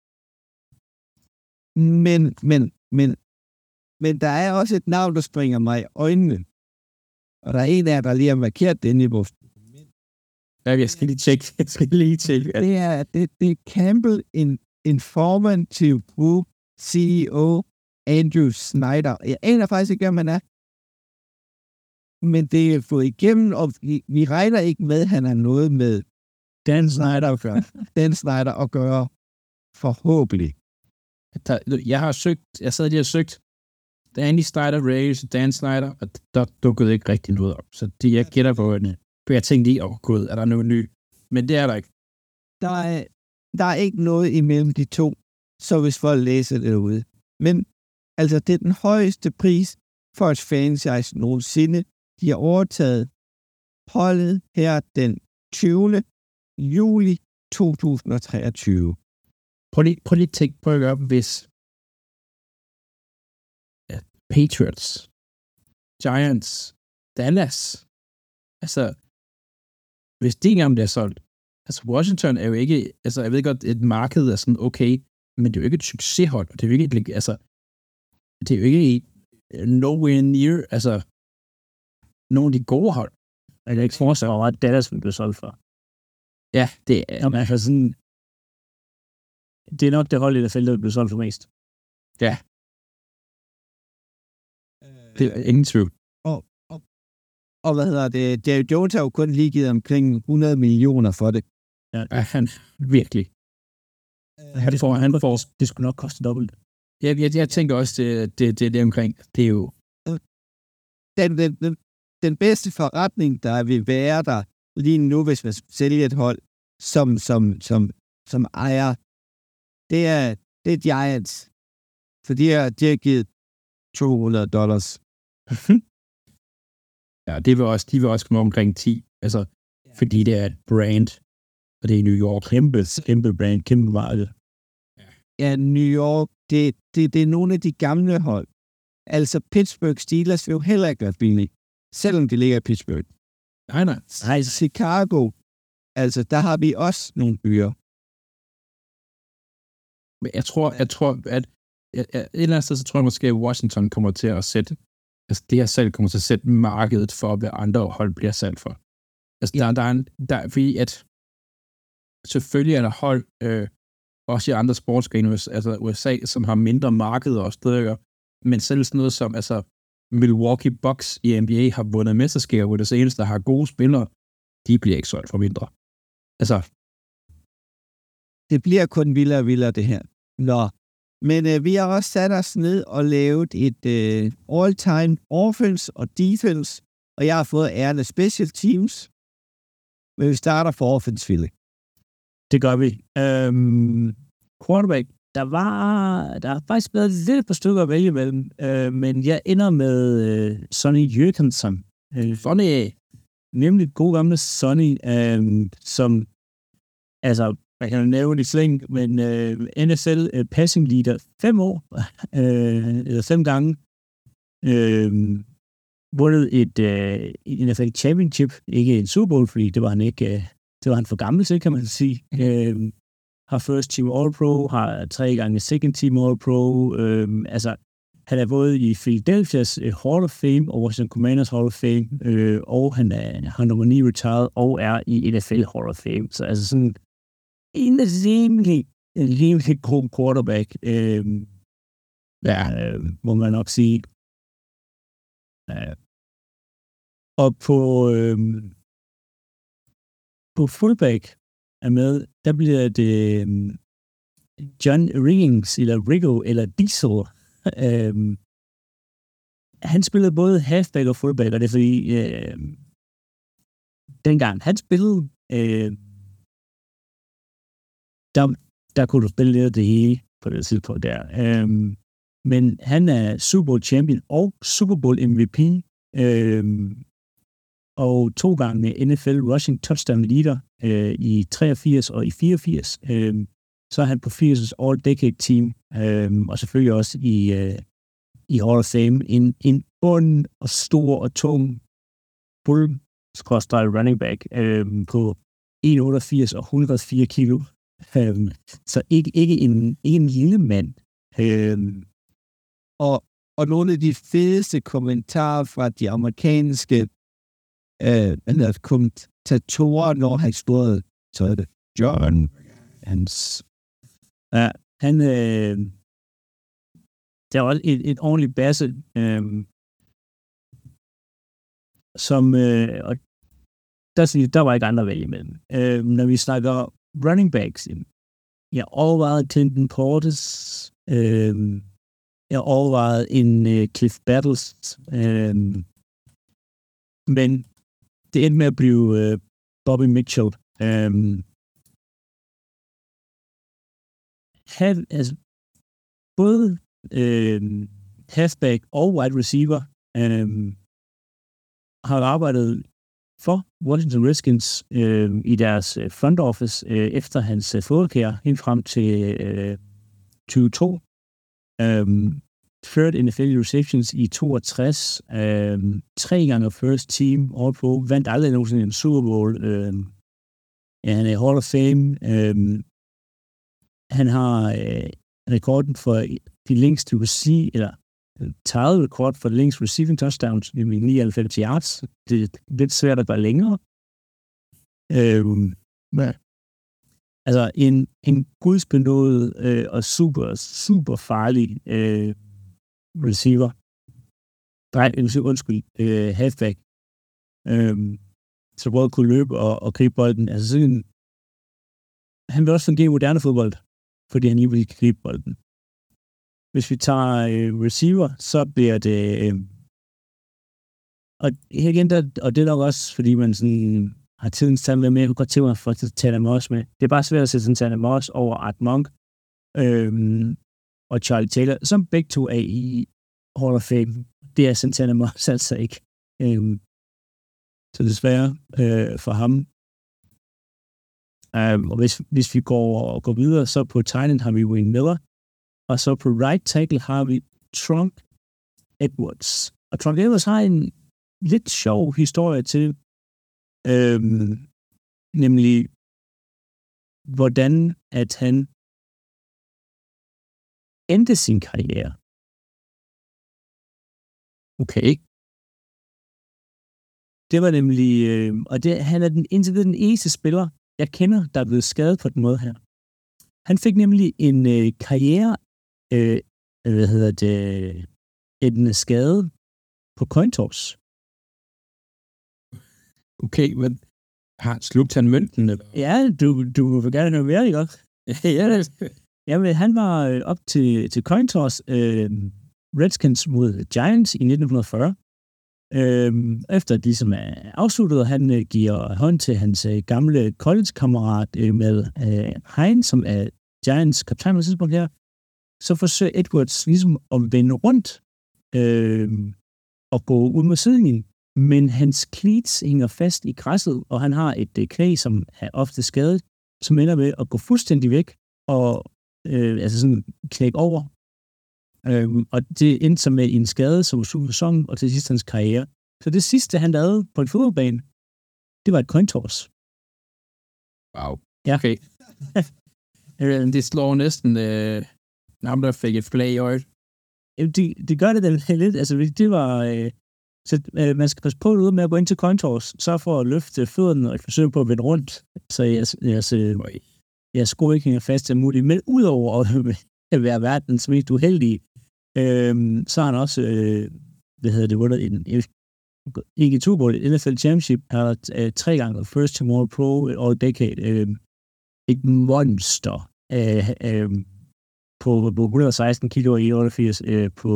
men, men, men, men der er også et navn, der springer mig i øjnene. Og der er en af jer, der lige har markeret det i vores dokument. Ja, jeg skal lige tjekke. Jeg skal lige tjekke. Det er, det, det er Campbell in, Informative Group C E O Andrew Snyder. Jeg aner faktisk ikke, hvem han er. Men det er fået igennem, og vi, vi regner ikke med, at han har noget med Dan Snyder at gøre. Dan Snyder at gøre, forhåbentlig. Der, jeg har søgt, jeg sad lige og søgt Danny Snyder, Rays, Dan Snyder, og der dukkede ikke rigtig noget op. Så det, jeg gætter på, for jeg tænkte lige, åh oh, gud, er der noget ny? Men det er der ikke. Der er, der er ikke noget imellem de to, så hvis folk læser det derude. Men altså, det er den højeste pris for et franchise nogensinde. De har overtaget holdet her den tyvende juli to tusind og treogtyve. Prøv lige, prøv lige at tænke på at gøre, hvis ja, Patriots, Giants, Dallas, altså, hvis det ikke engang bliver solgt, altså Washington er jo ikke, altså jeg ved godt, et marked er sådan okay, men det er jo ikke et succeshold, og det er jo ikke et, altså, det er jo ikke nowhere near, altså, nogle af de gode hold. Jeg kan ikke forestille mig, at Dallas vil blive solgt for. Ja, det er... Jamen, altså sådan, det er nok det hold i det felt, der vil blive solgt for mest. Ja. Det er ingen tvivl. Og, og, og hvad hedder det? Jerry Jones har jo kun lige givet omkring hundrede millioner for det. Ja, ja han virkelig. Han får, han får, det skulle nok koste dobbelt. Jeg, jeg, jeg tænker også, det, det, det, det omkring, det er jo... Den, den, den, den bedste forretning, der vil være der lige nu, hvis man sælger et hold, som, som, som, som ejer, det er, det er Giants. For de har, de har givet to hundrede dollars. Ja, det vil også, de vil også komme omkring ti. Altså, fordi det er et brand, og det er New York. Kæmpe, kæmpe brand, kæmpe marked. Ja, New York, det, det, det er nogle af de gamle hold. Altså, Pittsburgh Steelers vil jo heller ikke være billige, selvom de ligger i Pittsburgh. Nej, nej. Nej, Chicago, altså, der har vi også nogle byer. Men jeg tror, jeg tror, at et eller andet sted, så tror jeg måske, at Washington kommer til at sætte, altså det her salg kommer til at sætte markedet for, hvad andre hold bliver salgt for. Altså, der, der er en, der, fordi at selvfølgelig er der hold, øh, også i andre sportsgrene, altså U S A, som har mindre markeder og steder, men selv sådan noget som, altså Milwaukee Bucks i N B A har vundet mesterskaber, hvor det seneste, der har gode spillere, de bliver ikke solgt for mindre. Altså, det bliver kun vildere og vildere, det her. Nå, men øh, vi har også sat os ned og lavet et øh, all-time offense og defense, og jeg har fået æren af special teams, men vi starter for offense, Philip. Det gør vi. Øhm, quarterback, der var, der har faktisk været lidt et par stykker at vælge imellem, øh, men jeg ender med øh, Sonny Jurgensen. Øh, Sonny! Nemlig god gamle Sonny, øh, som, altså, man kan jo nævne i flæng, men øh, N F L øh, passing leader fem år, øh, eller fem gange, øh, vundet et øh, N F L championship, ikke en Super Bowl, fordi det var han ikke, øh, det var han for gammel til, kan man sige. Øh, har first team All-Pro, har tre gange second team All-Pro, øh, altså, han er både i Philadelphia's uh, Hall of Fame og Washington Commanders Hall of Fame, øh, og han er, har nummer ni retired og er i N F L Hall of Fame. Så altså sådan en rimelig, en rimelig god quarterback, øh, ja, øh, må man nok sige. Øh. Og på, øh, på fullback er med, der bliver det øh, John Riggins, eller Riggo, eller Diesel. øh, han spillede både halfback og fullback, og det er fordi, øh, dengang han spillede, øh, Der, der kunne du spille lidt af det hele på det tidspunkt der. Øhm, men han er Super Bowl champion og Super Bowl M V P. Øhm, og to gange N F L rushing touchdown leader øh, i treogfirs og i fireogfirs. Øhm, så er han på firs all-decade team. Øhm, og selvfølgelig også i, øh, i Hall of Fame. En, en bund og stor og tung bull-skråstreg running back øhm, på en komma otteogfirs og et hundrede og fire kilo. Øhm, så ikke, ikke, en, ikke en lille mand. Øhm, og, og nogle af de fedeste kommentarer fra de amerikanske øh, kommentatorer, når han stod, så er det John. Hans. Ja, han øh, der var et, et ordentligt basse, øh, som øh, og der, der var ikke andre at vælge imellem. Øh, når vi snakker running backs, jeg overvejede Clinton Portis, øh, jeg overvejede en øh, Cliff Battles, øh, men det endte med at blive øh, Bobby Mitchell. Øh, have, altså, både øh, halfback og wide receiver øh, har arbejdet for Washington Redskins øh, i deres front office øh, efter hans øh, fodboldkarriere helt frem til øh, tyve to. Øh, third N F L receptions i toogtres. Øh, tre gange first team All-Pro. Vandt aldrig nogensinde en Super Bowl. Øh, ja, han er Hall of Fame. Øh, han har øh, rekorden for de længste receive, eller taget rekord for de længste receiving touchdowns i nioghalvfems yards. Det er lidt svært at gøre længere. Øhm, ja. Altså en, en gudsbenået øh, og super, super farlig øh, receiver. Nej, undskyld, øh, halfback. Øhm, så både kunne løbe og, og gribe bolden. Altså sådan, han vil også fungere i moderne fodbold, fordi han ikke vil gribe bolden. hvis vi tager øh, receiver, så bliver det... Øh, og her igen, der, og det er nok også, fordi man sådan har tiden sammen med, jeg kunne godt tænke mig at få Tanner Moss med. Det er bare svært at sætte sådan Tanner Moss over Art Monk øh, og Charlie Taylor, som begge to er i Hall of Fame. Det er Santana Moss altså ikke. Øhm, så desværre øh, for ham. Um, og hvis, hvis vi går, og går videre, så på tight har vi Wayne Miller, og så på right tackle har vi Trunk Edwards. Og Trunk Edwards har en lidt sjov historie til, øhm, nemlig hvordan at han endte sin karriere. Okay. Det var nemlig, øh, og det, han er den, indtil videre den eneste spiller, jeg kender, der er blevet skadet på den måde her. Han fik nemlig en øh, karriere, øh, hvad hedder det, en skade på coin toss. Okay, men har slugt han mønten? Ja, du, du vil gerne høre mere, ikke også? Ja, det Jamen, han var øh, op til, til coin toss øh, Redskins mod Giants i nitten fyrre. Øhm, efter de som er afsluttet, han øh, giver hånd til hans øh, gamle college-kammerat øh, med øh, Hein, som er Giants kaptajn på tidspunkt her, så forsøger Edwards ligesom at vende rundt øh, og gå ud med sidelinjen, men hans cleats hænger fast i græsset, og han har et øh, knæ, som er ofte skadet, som ender med at gå fuldstændig væk og øh, altså sådan knække over. Øhm, og det endte så med en skade som sæson og til sidst hans karriere. Så det sidste, han lavede på en fodboldbane, det var et coin toss. Wow. Ja. Okay. Det slår næsten øh, ham, der fik et flag i øjet. Det, det gør det da lidt. Altså, det var... Øh, så øh, man skal passe på ud med at gå ind til coin toss, så for at løfte fødderne og forsøge på at vende rundt, så jeres, jeres, jeres sko ikke hænger fast til muligt. Men udover at være verdens mest uheldige, Øhm, så har han også, øh, hvad hedder det, vundet en, ikke i Super Bowl, N F L Championship, har øh, tre gange First Team All Pro All Decade, øh, et monster øh, øh, på, på et hundrede og seksten kilo i otteogfirs øh, på,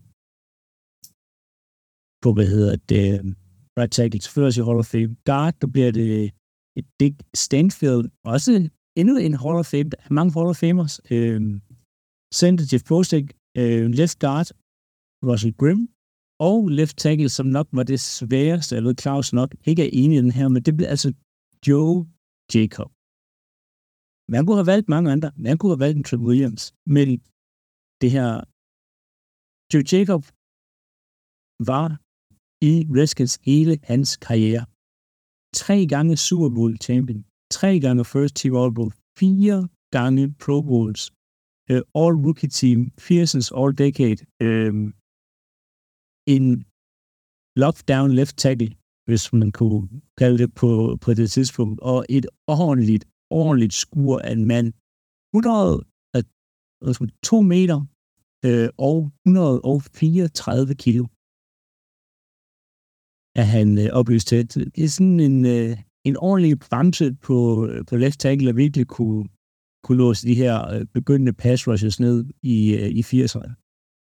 på, hvad hedder det, right tackle, selvfølgelig også i Hall of Fame. Guard, der bliver det et Dick Stanfield, også endnu en Hall of Fame, der er mange Hall of Famers, øh, center Jeff Postek, Uh, left guard, Russell Grimm, og left tackle, som nok var det sværeste, jeg ved, Claus nok ikke er enig i den her, men det blev altså Joe Jacob. Man kunne have valgt mange andre. Man kunne have valgt en Trent Williams, men det her Joe Jacob var i Redskins hele hans karriere. Tre gange Super Bowl champion, tre gange First Team All Bowl, fire gange Pro Bowls, Uh, all Rookie Team, Pearsons All Decade, uh, en lockdown left tackle, hvis man kunne kalde det på, på det tidspunkt, og et ordentligt, ordentligt skur af en mand. hundrede og to meter uh, og et hundrede og fireogtredive kilo er han uh, oplyst til. Det er sådan en, uh, en ordentlig bremse på, på left tackle, der virkelig kunne kunne låse de her øh, begyndende pass rushes ned i, øh, i firserne.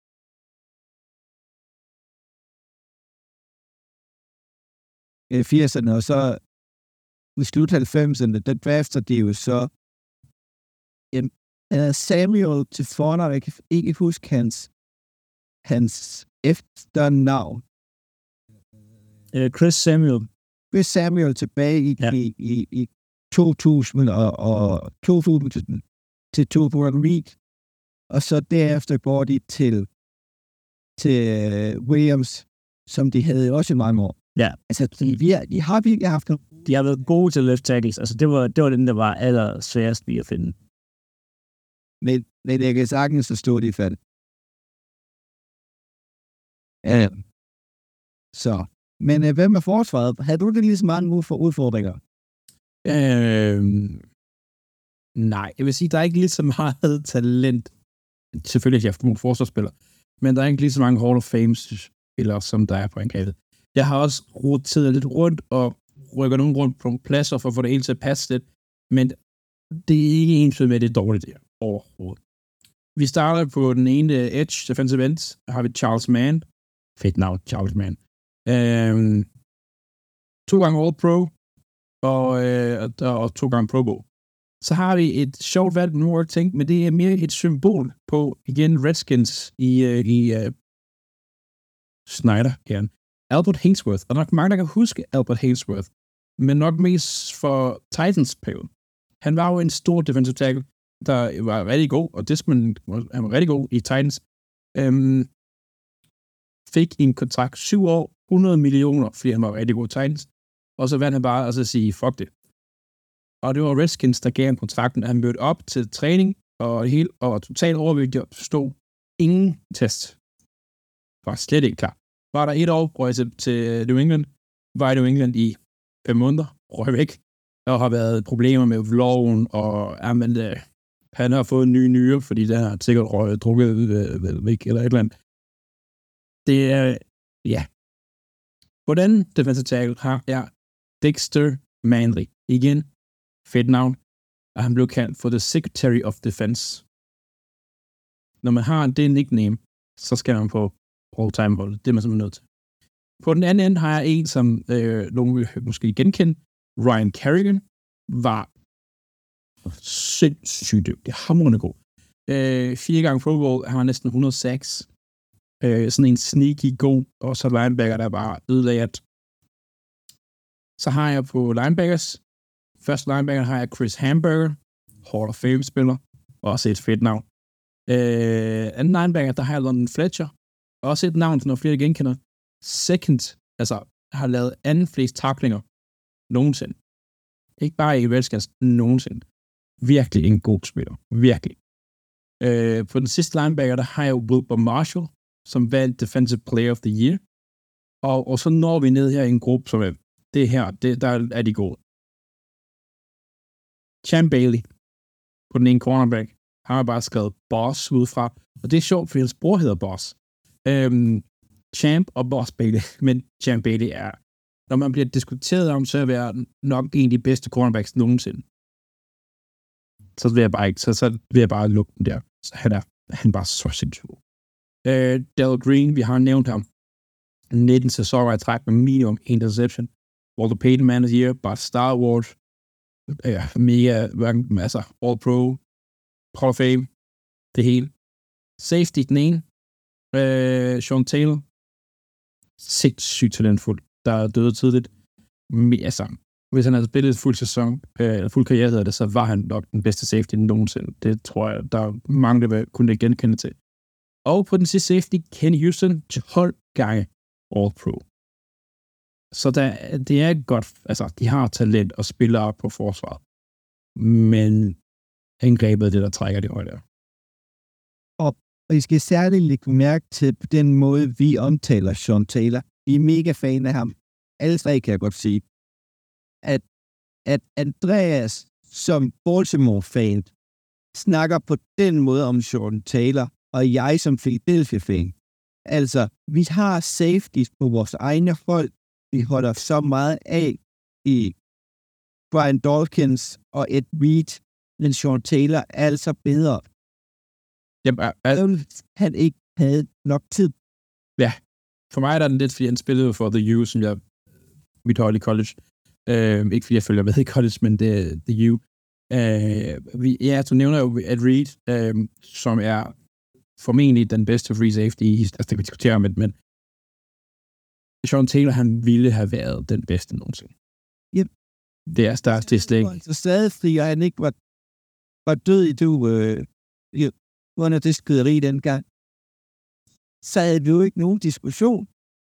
I firserne, og så i slut halvfemserne, der drafter de jo så jamen, Samuel til fornavn, jeg kan ikke huske hans, hans efternavn. Uh, Chris Samuel. Chris Samuel tilbage i, ja. i, i, i to tusind og, og to tusind til to tusind Reed, og så derefter går de til til Williams, som de havde også i mange år. Ja. Altså, de, vi er, de har virkelig haft nogle... De har været gode til left tackles. Altså, det var, det var den, der var aller sværest lige at finde. Men, men jeg kan sagtens forstå, de er færdige. Ja. Så. Men øh, hvem er forsvaret? Havde du det lige så mange for udfordringer? Øh, nej, jeg vil sige, der er ikke lige så meget talent. Selvfølgelig har jeg haft nogle forsvarsspillere, men der er ikke lige så mange Hall of Fame-spillere, som der er på angrebet. Jeg har også roteret lidt rundt og rykker nogen rundt på nogle pladser for at få det hele til at passe lidt, men det er ikke ens med, det er dårligt der overhovedet. Vi starter på den ene edge, defensive end, der har vi Charles Mann. Fedt navn, Charles Mann. Øhm, to gange All-Pro, og, øh, og to gange Pro Bowl. Så har vi et sjovt valg, nu har jeg tænkt, men det er mere et symbol på, igen, Redskins i, uh, i uh, Snyder, gerne. Albert Haynesworth. Og nok mange, der kan huske Albert Haynesworth, men nok mest for Titans-perioden. Han var jo en stor defensive tackle, der var rigtig god, og Desmond, han var rigtig god i Titans. Øhm, fik en kontrakt syv år, hundrede millioner, fordi han var rigtig god i Titans. Og så vandt han bare og så sige, fuck det. Og det var Redskins, der gav ham kontrakten. Han mødte op til træning, og det hele, og var totalt overvægtig, og stod ingen test. Var slet ikke klar. Var der et år, røg til, til New England, var i New England i fem måneder, røg væk, og har været problemer med loven, og ja, men, øh, han har fået en ny nyre, fordi den har sikkert røget, drukket øh, væk, eller et eller andet. Det er, ja. Hvordan defensive tackle har jeg Dexter Manley. Igen, fedt navn, og han blev kaldt for the Secretary of Defense. Når man har det nickname, så skal man på all-time-holdet. Det er man simpelthen nødt til. På den anden ende har jeg en, som øh, nogen vil måske genkende. Ryan Kerrigan var sindssygt dygtig. Hamrende god. Øh, fire gange Pro Bowl, han var næsten et hundrede og seks. Øh, sådan en sneaky god, og så linebacker, der bare ødelagt. Så har jeg på linebackers. Første linebacker har jeg Chris Hamburger, Hall of Fame-spiller, også et fedt navn. Øh, anden linebacker, der har jeg London Fletcher, også et navn, som flere genkender. Second, altså har lavet anden flest tacklinger nogensinde. Ikke bare i Redskins, nogensinde. Virkelig en god spiller. Virkelig. Øh, på den sidste linebacker, der har jeg Wilbur Marshall, som vandt Defensive Player of the Year. Og, og så når vi ned her i en gruppe, som er det her, det, der er de gode. Champ Bailey, på den ene cornerback, har man bare skrevet Boss udefra. Og det er sjovt, fordi hans bror hedder Boss. Øhm, Champ og Boss Bailey. Men Champ Bailey er, når man bliver diskuteret om, så er jeg nok en af de bedste cornerbacks nogensinde. Så vil jeg bare ikke, så, så vil jeg bare lukke den der. Så han er, han er bare så sindssygt. Øh, Dale Green, vi har nævnt ham. nitten sæsoner i træk med minimum en interception. Walter Payton Man of the Year, bare Star Wars. Ja, mega, altså, All Pro, Hall of Fame, det hele. Safety, den ene. Øh, Sean Taylor. Sindssygt talentfuld, der er døde tidligt. Men, altså, hvis han havde spillet fuld sæson, eller fuld karriere hedder det, så var han nok den bedste safety nogensinde. Det tror jeg, der er mange, der kunne det genkende til. Og på den sidste safety, Kenny Houston, tolv gange All Pro. Så der, det er godt, altså, de har talent og spiller op på forsvaret. Men angrebet er det, der trækker de højt der. Og, og I skal særligt lægge mærke til den måde, vi omtaler Sean Taylor. Vi er mega fan af ham. Alle tre kan jeg godt sige. At, at Andreas som Baltimore-fan snakker på den måde om Sean Taylor, og jeg som Philadelphia-fan. Altså, vi har safeties på vores egne hold. Vi holder så meget af i Brian Dawkins og Ed Reed, men Sean Taylor er altså bedre. Jamen, al- han ikke havde nok tid. Ja, for mig er der den lidt, fordi han spillede for The U, som jeg mit hold i college. Uh, ikke fordi jeg følger med i college, men det er The U. Uh, vi, ja, du nævner jo Ed Reed, uh, som er formentlig den bedste free safety i, altså det kan vi diskutere med, men Sean Taylor, han ville have været den bedste nogensinde. Yep. Det er størst, det er slet ikke. Så stadig, fordi han ikke var, var død i du, øh, under det skyderi dengang, så havde vi jo ikke nogen diskussion.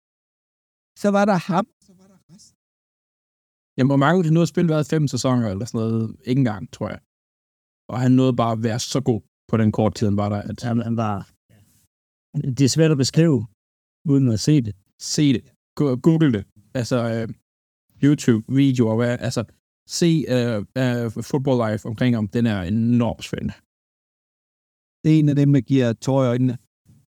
Så var der ham. Så var der resten. Jamen, hvor mange nu har spillet været fem sæsoner, eller sådan noget, ikke engang, tror jeg. Og han nåede bare at være så god på den korte tid, han var der. At... Jamen, han var... Det er svært at beskrive, uden at se det. Se det. Google det. Altså, uh, YouTube-videoer, hvad, altså, se uh, uh, Football Life omkring ham, den er enormt spændende. Det er en af dem, der giver tår i øjnene.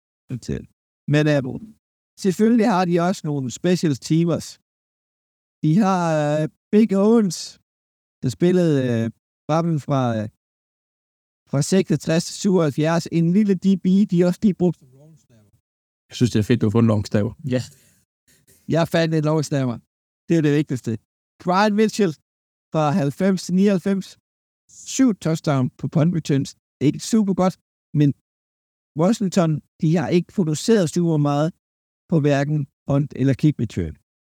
Men uh, selvfølgelig har de også nogle special teamers. De har uh, Big Owens, der spillede uh, rammen fra uh, fra seksogtres til syvoghalvfjerds. En lille D B, de er også lige brugt som longstaver. Jeg synes, det er fedt, du har fundet longstaver. Ja. Jeg fandt en longstaver. Det er det vigtigste. Brian Mitchell fra halvfems til nioghalvfems. Syv touchdown på punt returns. Det er ikke super godt, men Washington, de har ikke produceret super meget på hverken punt eller kick return.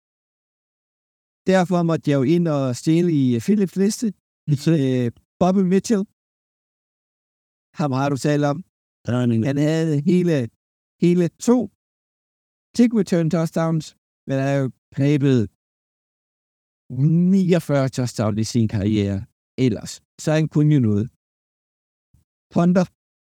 Derfor måtte jeg jo ind og stjæle i Philips liste. Øh, Bobby Mitchell. Ham har du talt om. Han havde hele, hele to kick return touchdowns, men han er jo grebet niogfyrre touchdowns i sin karriere. Ellers, så han kunne jo noget. Punter.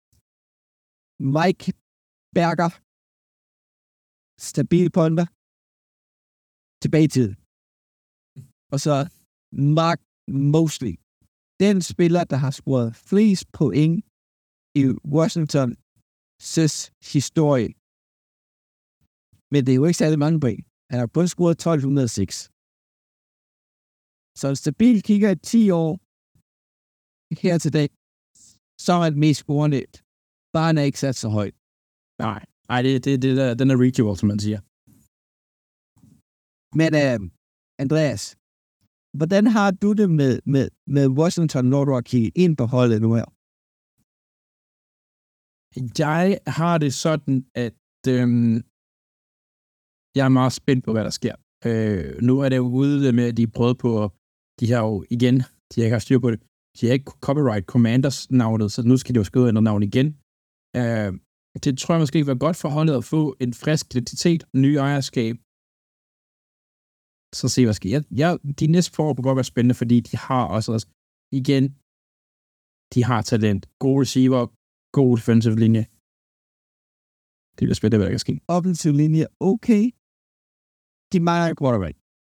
Mike Berger. Stabil punter. Tilbage i tid. Og så Mark Mosley. Den spiller, der har scoret flest point i Washingtons historie. Men det er jo ikke særlig mange point. Han har kun scoret tolv hundrede og seks. Så en stabil kigger i ti år her til dag, så er det mest scorende. Bare han er ikke sat så højt. Nej, nej det, det, det der, den er reachable, som man siger. Men uh, Andreas, hvordan har du det med, med, med Washington, når du har kigget ind på holdet nu her? Jeg har det sådan, at øhm, jeg er meget spændt på, hvad der sker. Øh, nu er det jo ude med, at de prøvede på, de har jo igen, de har ikke haft styr på det, de har ikke copyright commanders navnet, så nu skal de jo skrive ændre navn igen. Øh, det tror jeg måske ikke var godt for holdet at få en frisk identitet, ny ejerskab. Så se, hvad sker. Jeg, jeg, de næste forår kunne godt være spændende, fordi de har også, også igen, de har talent, gode receiver, god defensive linje. Det bliver spændende, hvad der kan ske. Offensive linje, okay. De mangler en quarterback.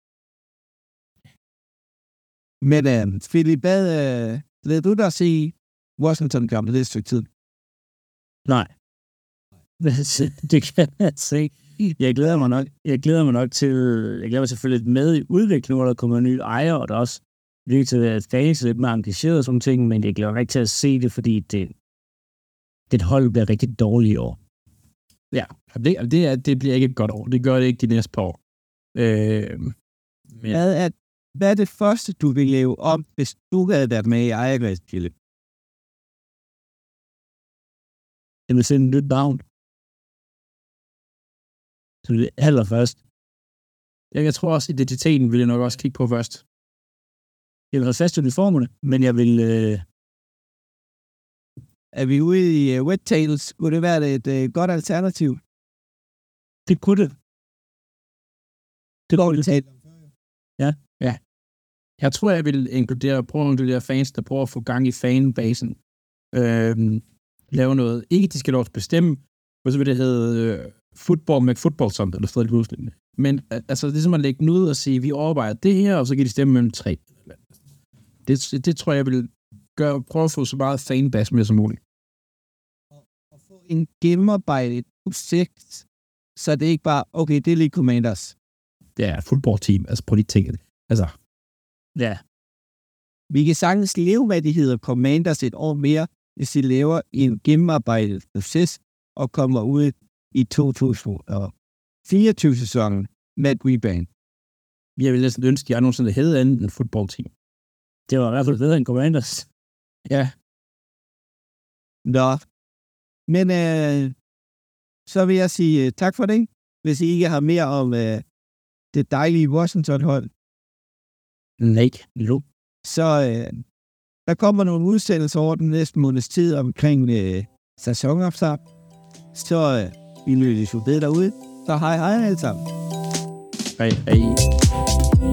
Men uh, Philip, hvad uh, lad du der se Washington gøre med det stykke tid? Nej. Det kan jeg se. Jeg glæder mig nok, jeg glæder mig nok til, jeg glæder mig selvfølgelig med i udviklingen, hvor der kommer en ny ejer, og der også virkelig til at fans lidt mere engageret og sådan ting, men jeg glæder mig ikke til at se det, fordi det, det hold bliver rigtig dårligt i år. Ja, det, det, er, det bliver ikke et godt år. Det gør det ikke de næste par år. Øh, men... hvad, er, hvad er det første, du vil lave om, hvis du havde været med i ejergræs, Philip? Jeg vil sende en nyt navn. Så det er allerførst. Ja, jeg tror også, identiteten vil jeg nok også kigge på først. Jeg vil have fast uniformerne, men jeg vil... Øh... Er vi ude i uh, Wet Tails? Kunne det være et uh, godt alternativ? Det kunne det. Det går det tale. Ja. Ja. Jeg tror, jeg vil inkludere, prøve at inkludere fans, der prøver at få gang i fanbasen. Øhm, lave noget. Ikke, de skal lov til at bestemme, hvad så vil det hedde... Øh, football med football sammen, eller stadig pludselig. Men altså, det er som at lægge den ud og sige, vi overvejer det her, og så kan de stemme mellem tre. Det, det tror jeg vil gøre, prøve at få så meget fanbase med som muligt. Og få en gennemarbejdet projekt, så det er ikke bare, okay, det er lige Commanders. Det er et footballteam, altså på de ting. Altså. Ja. Vi kan sagtens leve, hvad de hedder Commanders et år mere, hvis de laver en gennemarbejdet proces, og kommer ud i to tusind og fireogtyve-sæsonen med Rebound. Jeg vil næsten ønske, at jeg nogensinde hedder andet end fodboldteam. Det var i hvert fald bedre end Commanders. Ja. Nå. Men øh, så vil jeg sige uh, tak for det. Hvis I ikke har mere om uh, det dejlige Washington-hold. Nej, no. Så øh, der kommer nogle udsendelser over den næste måneds tid omkring øh, sæsonopstart. Så øh, vi løses jo ved derude. Så hej hej alle sammen. Hej hej.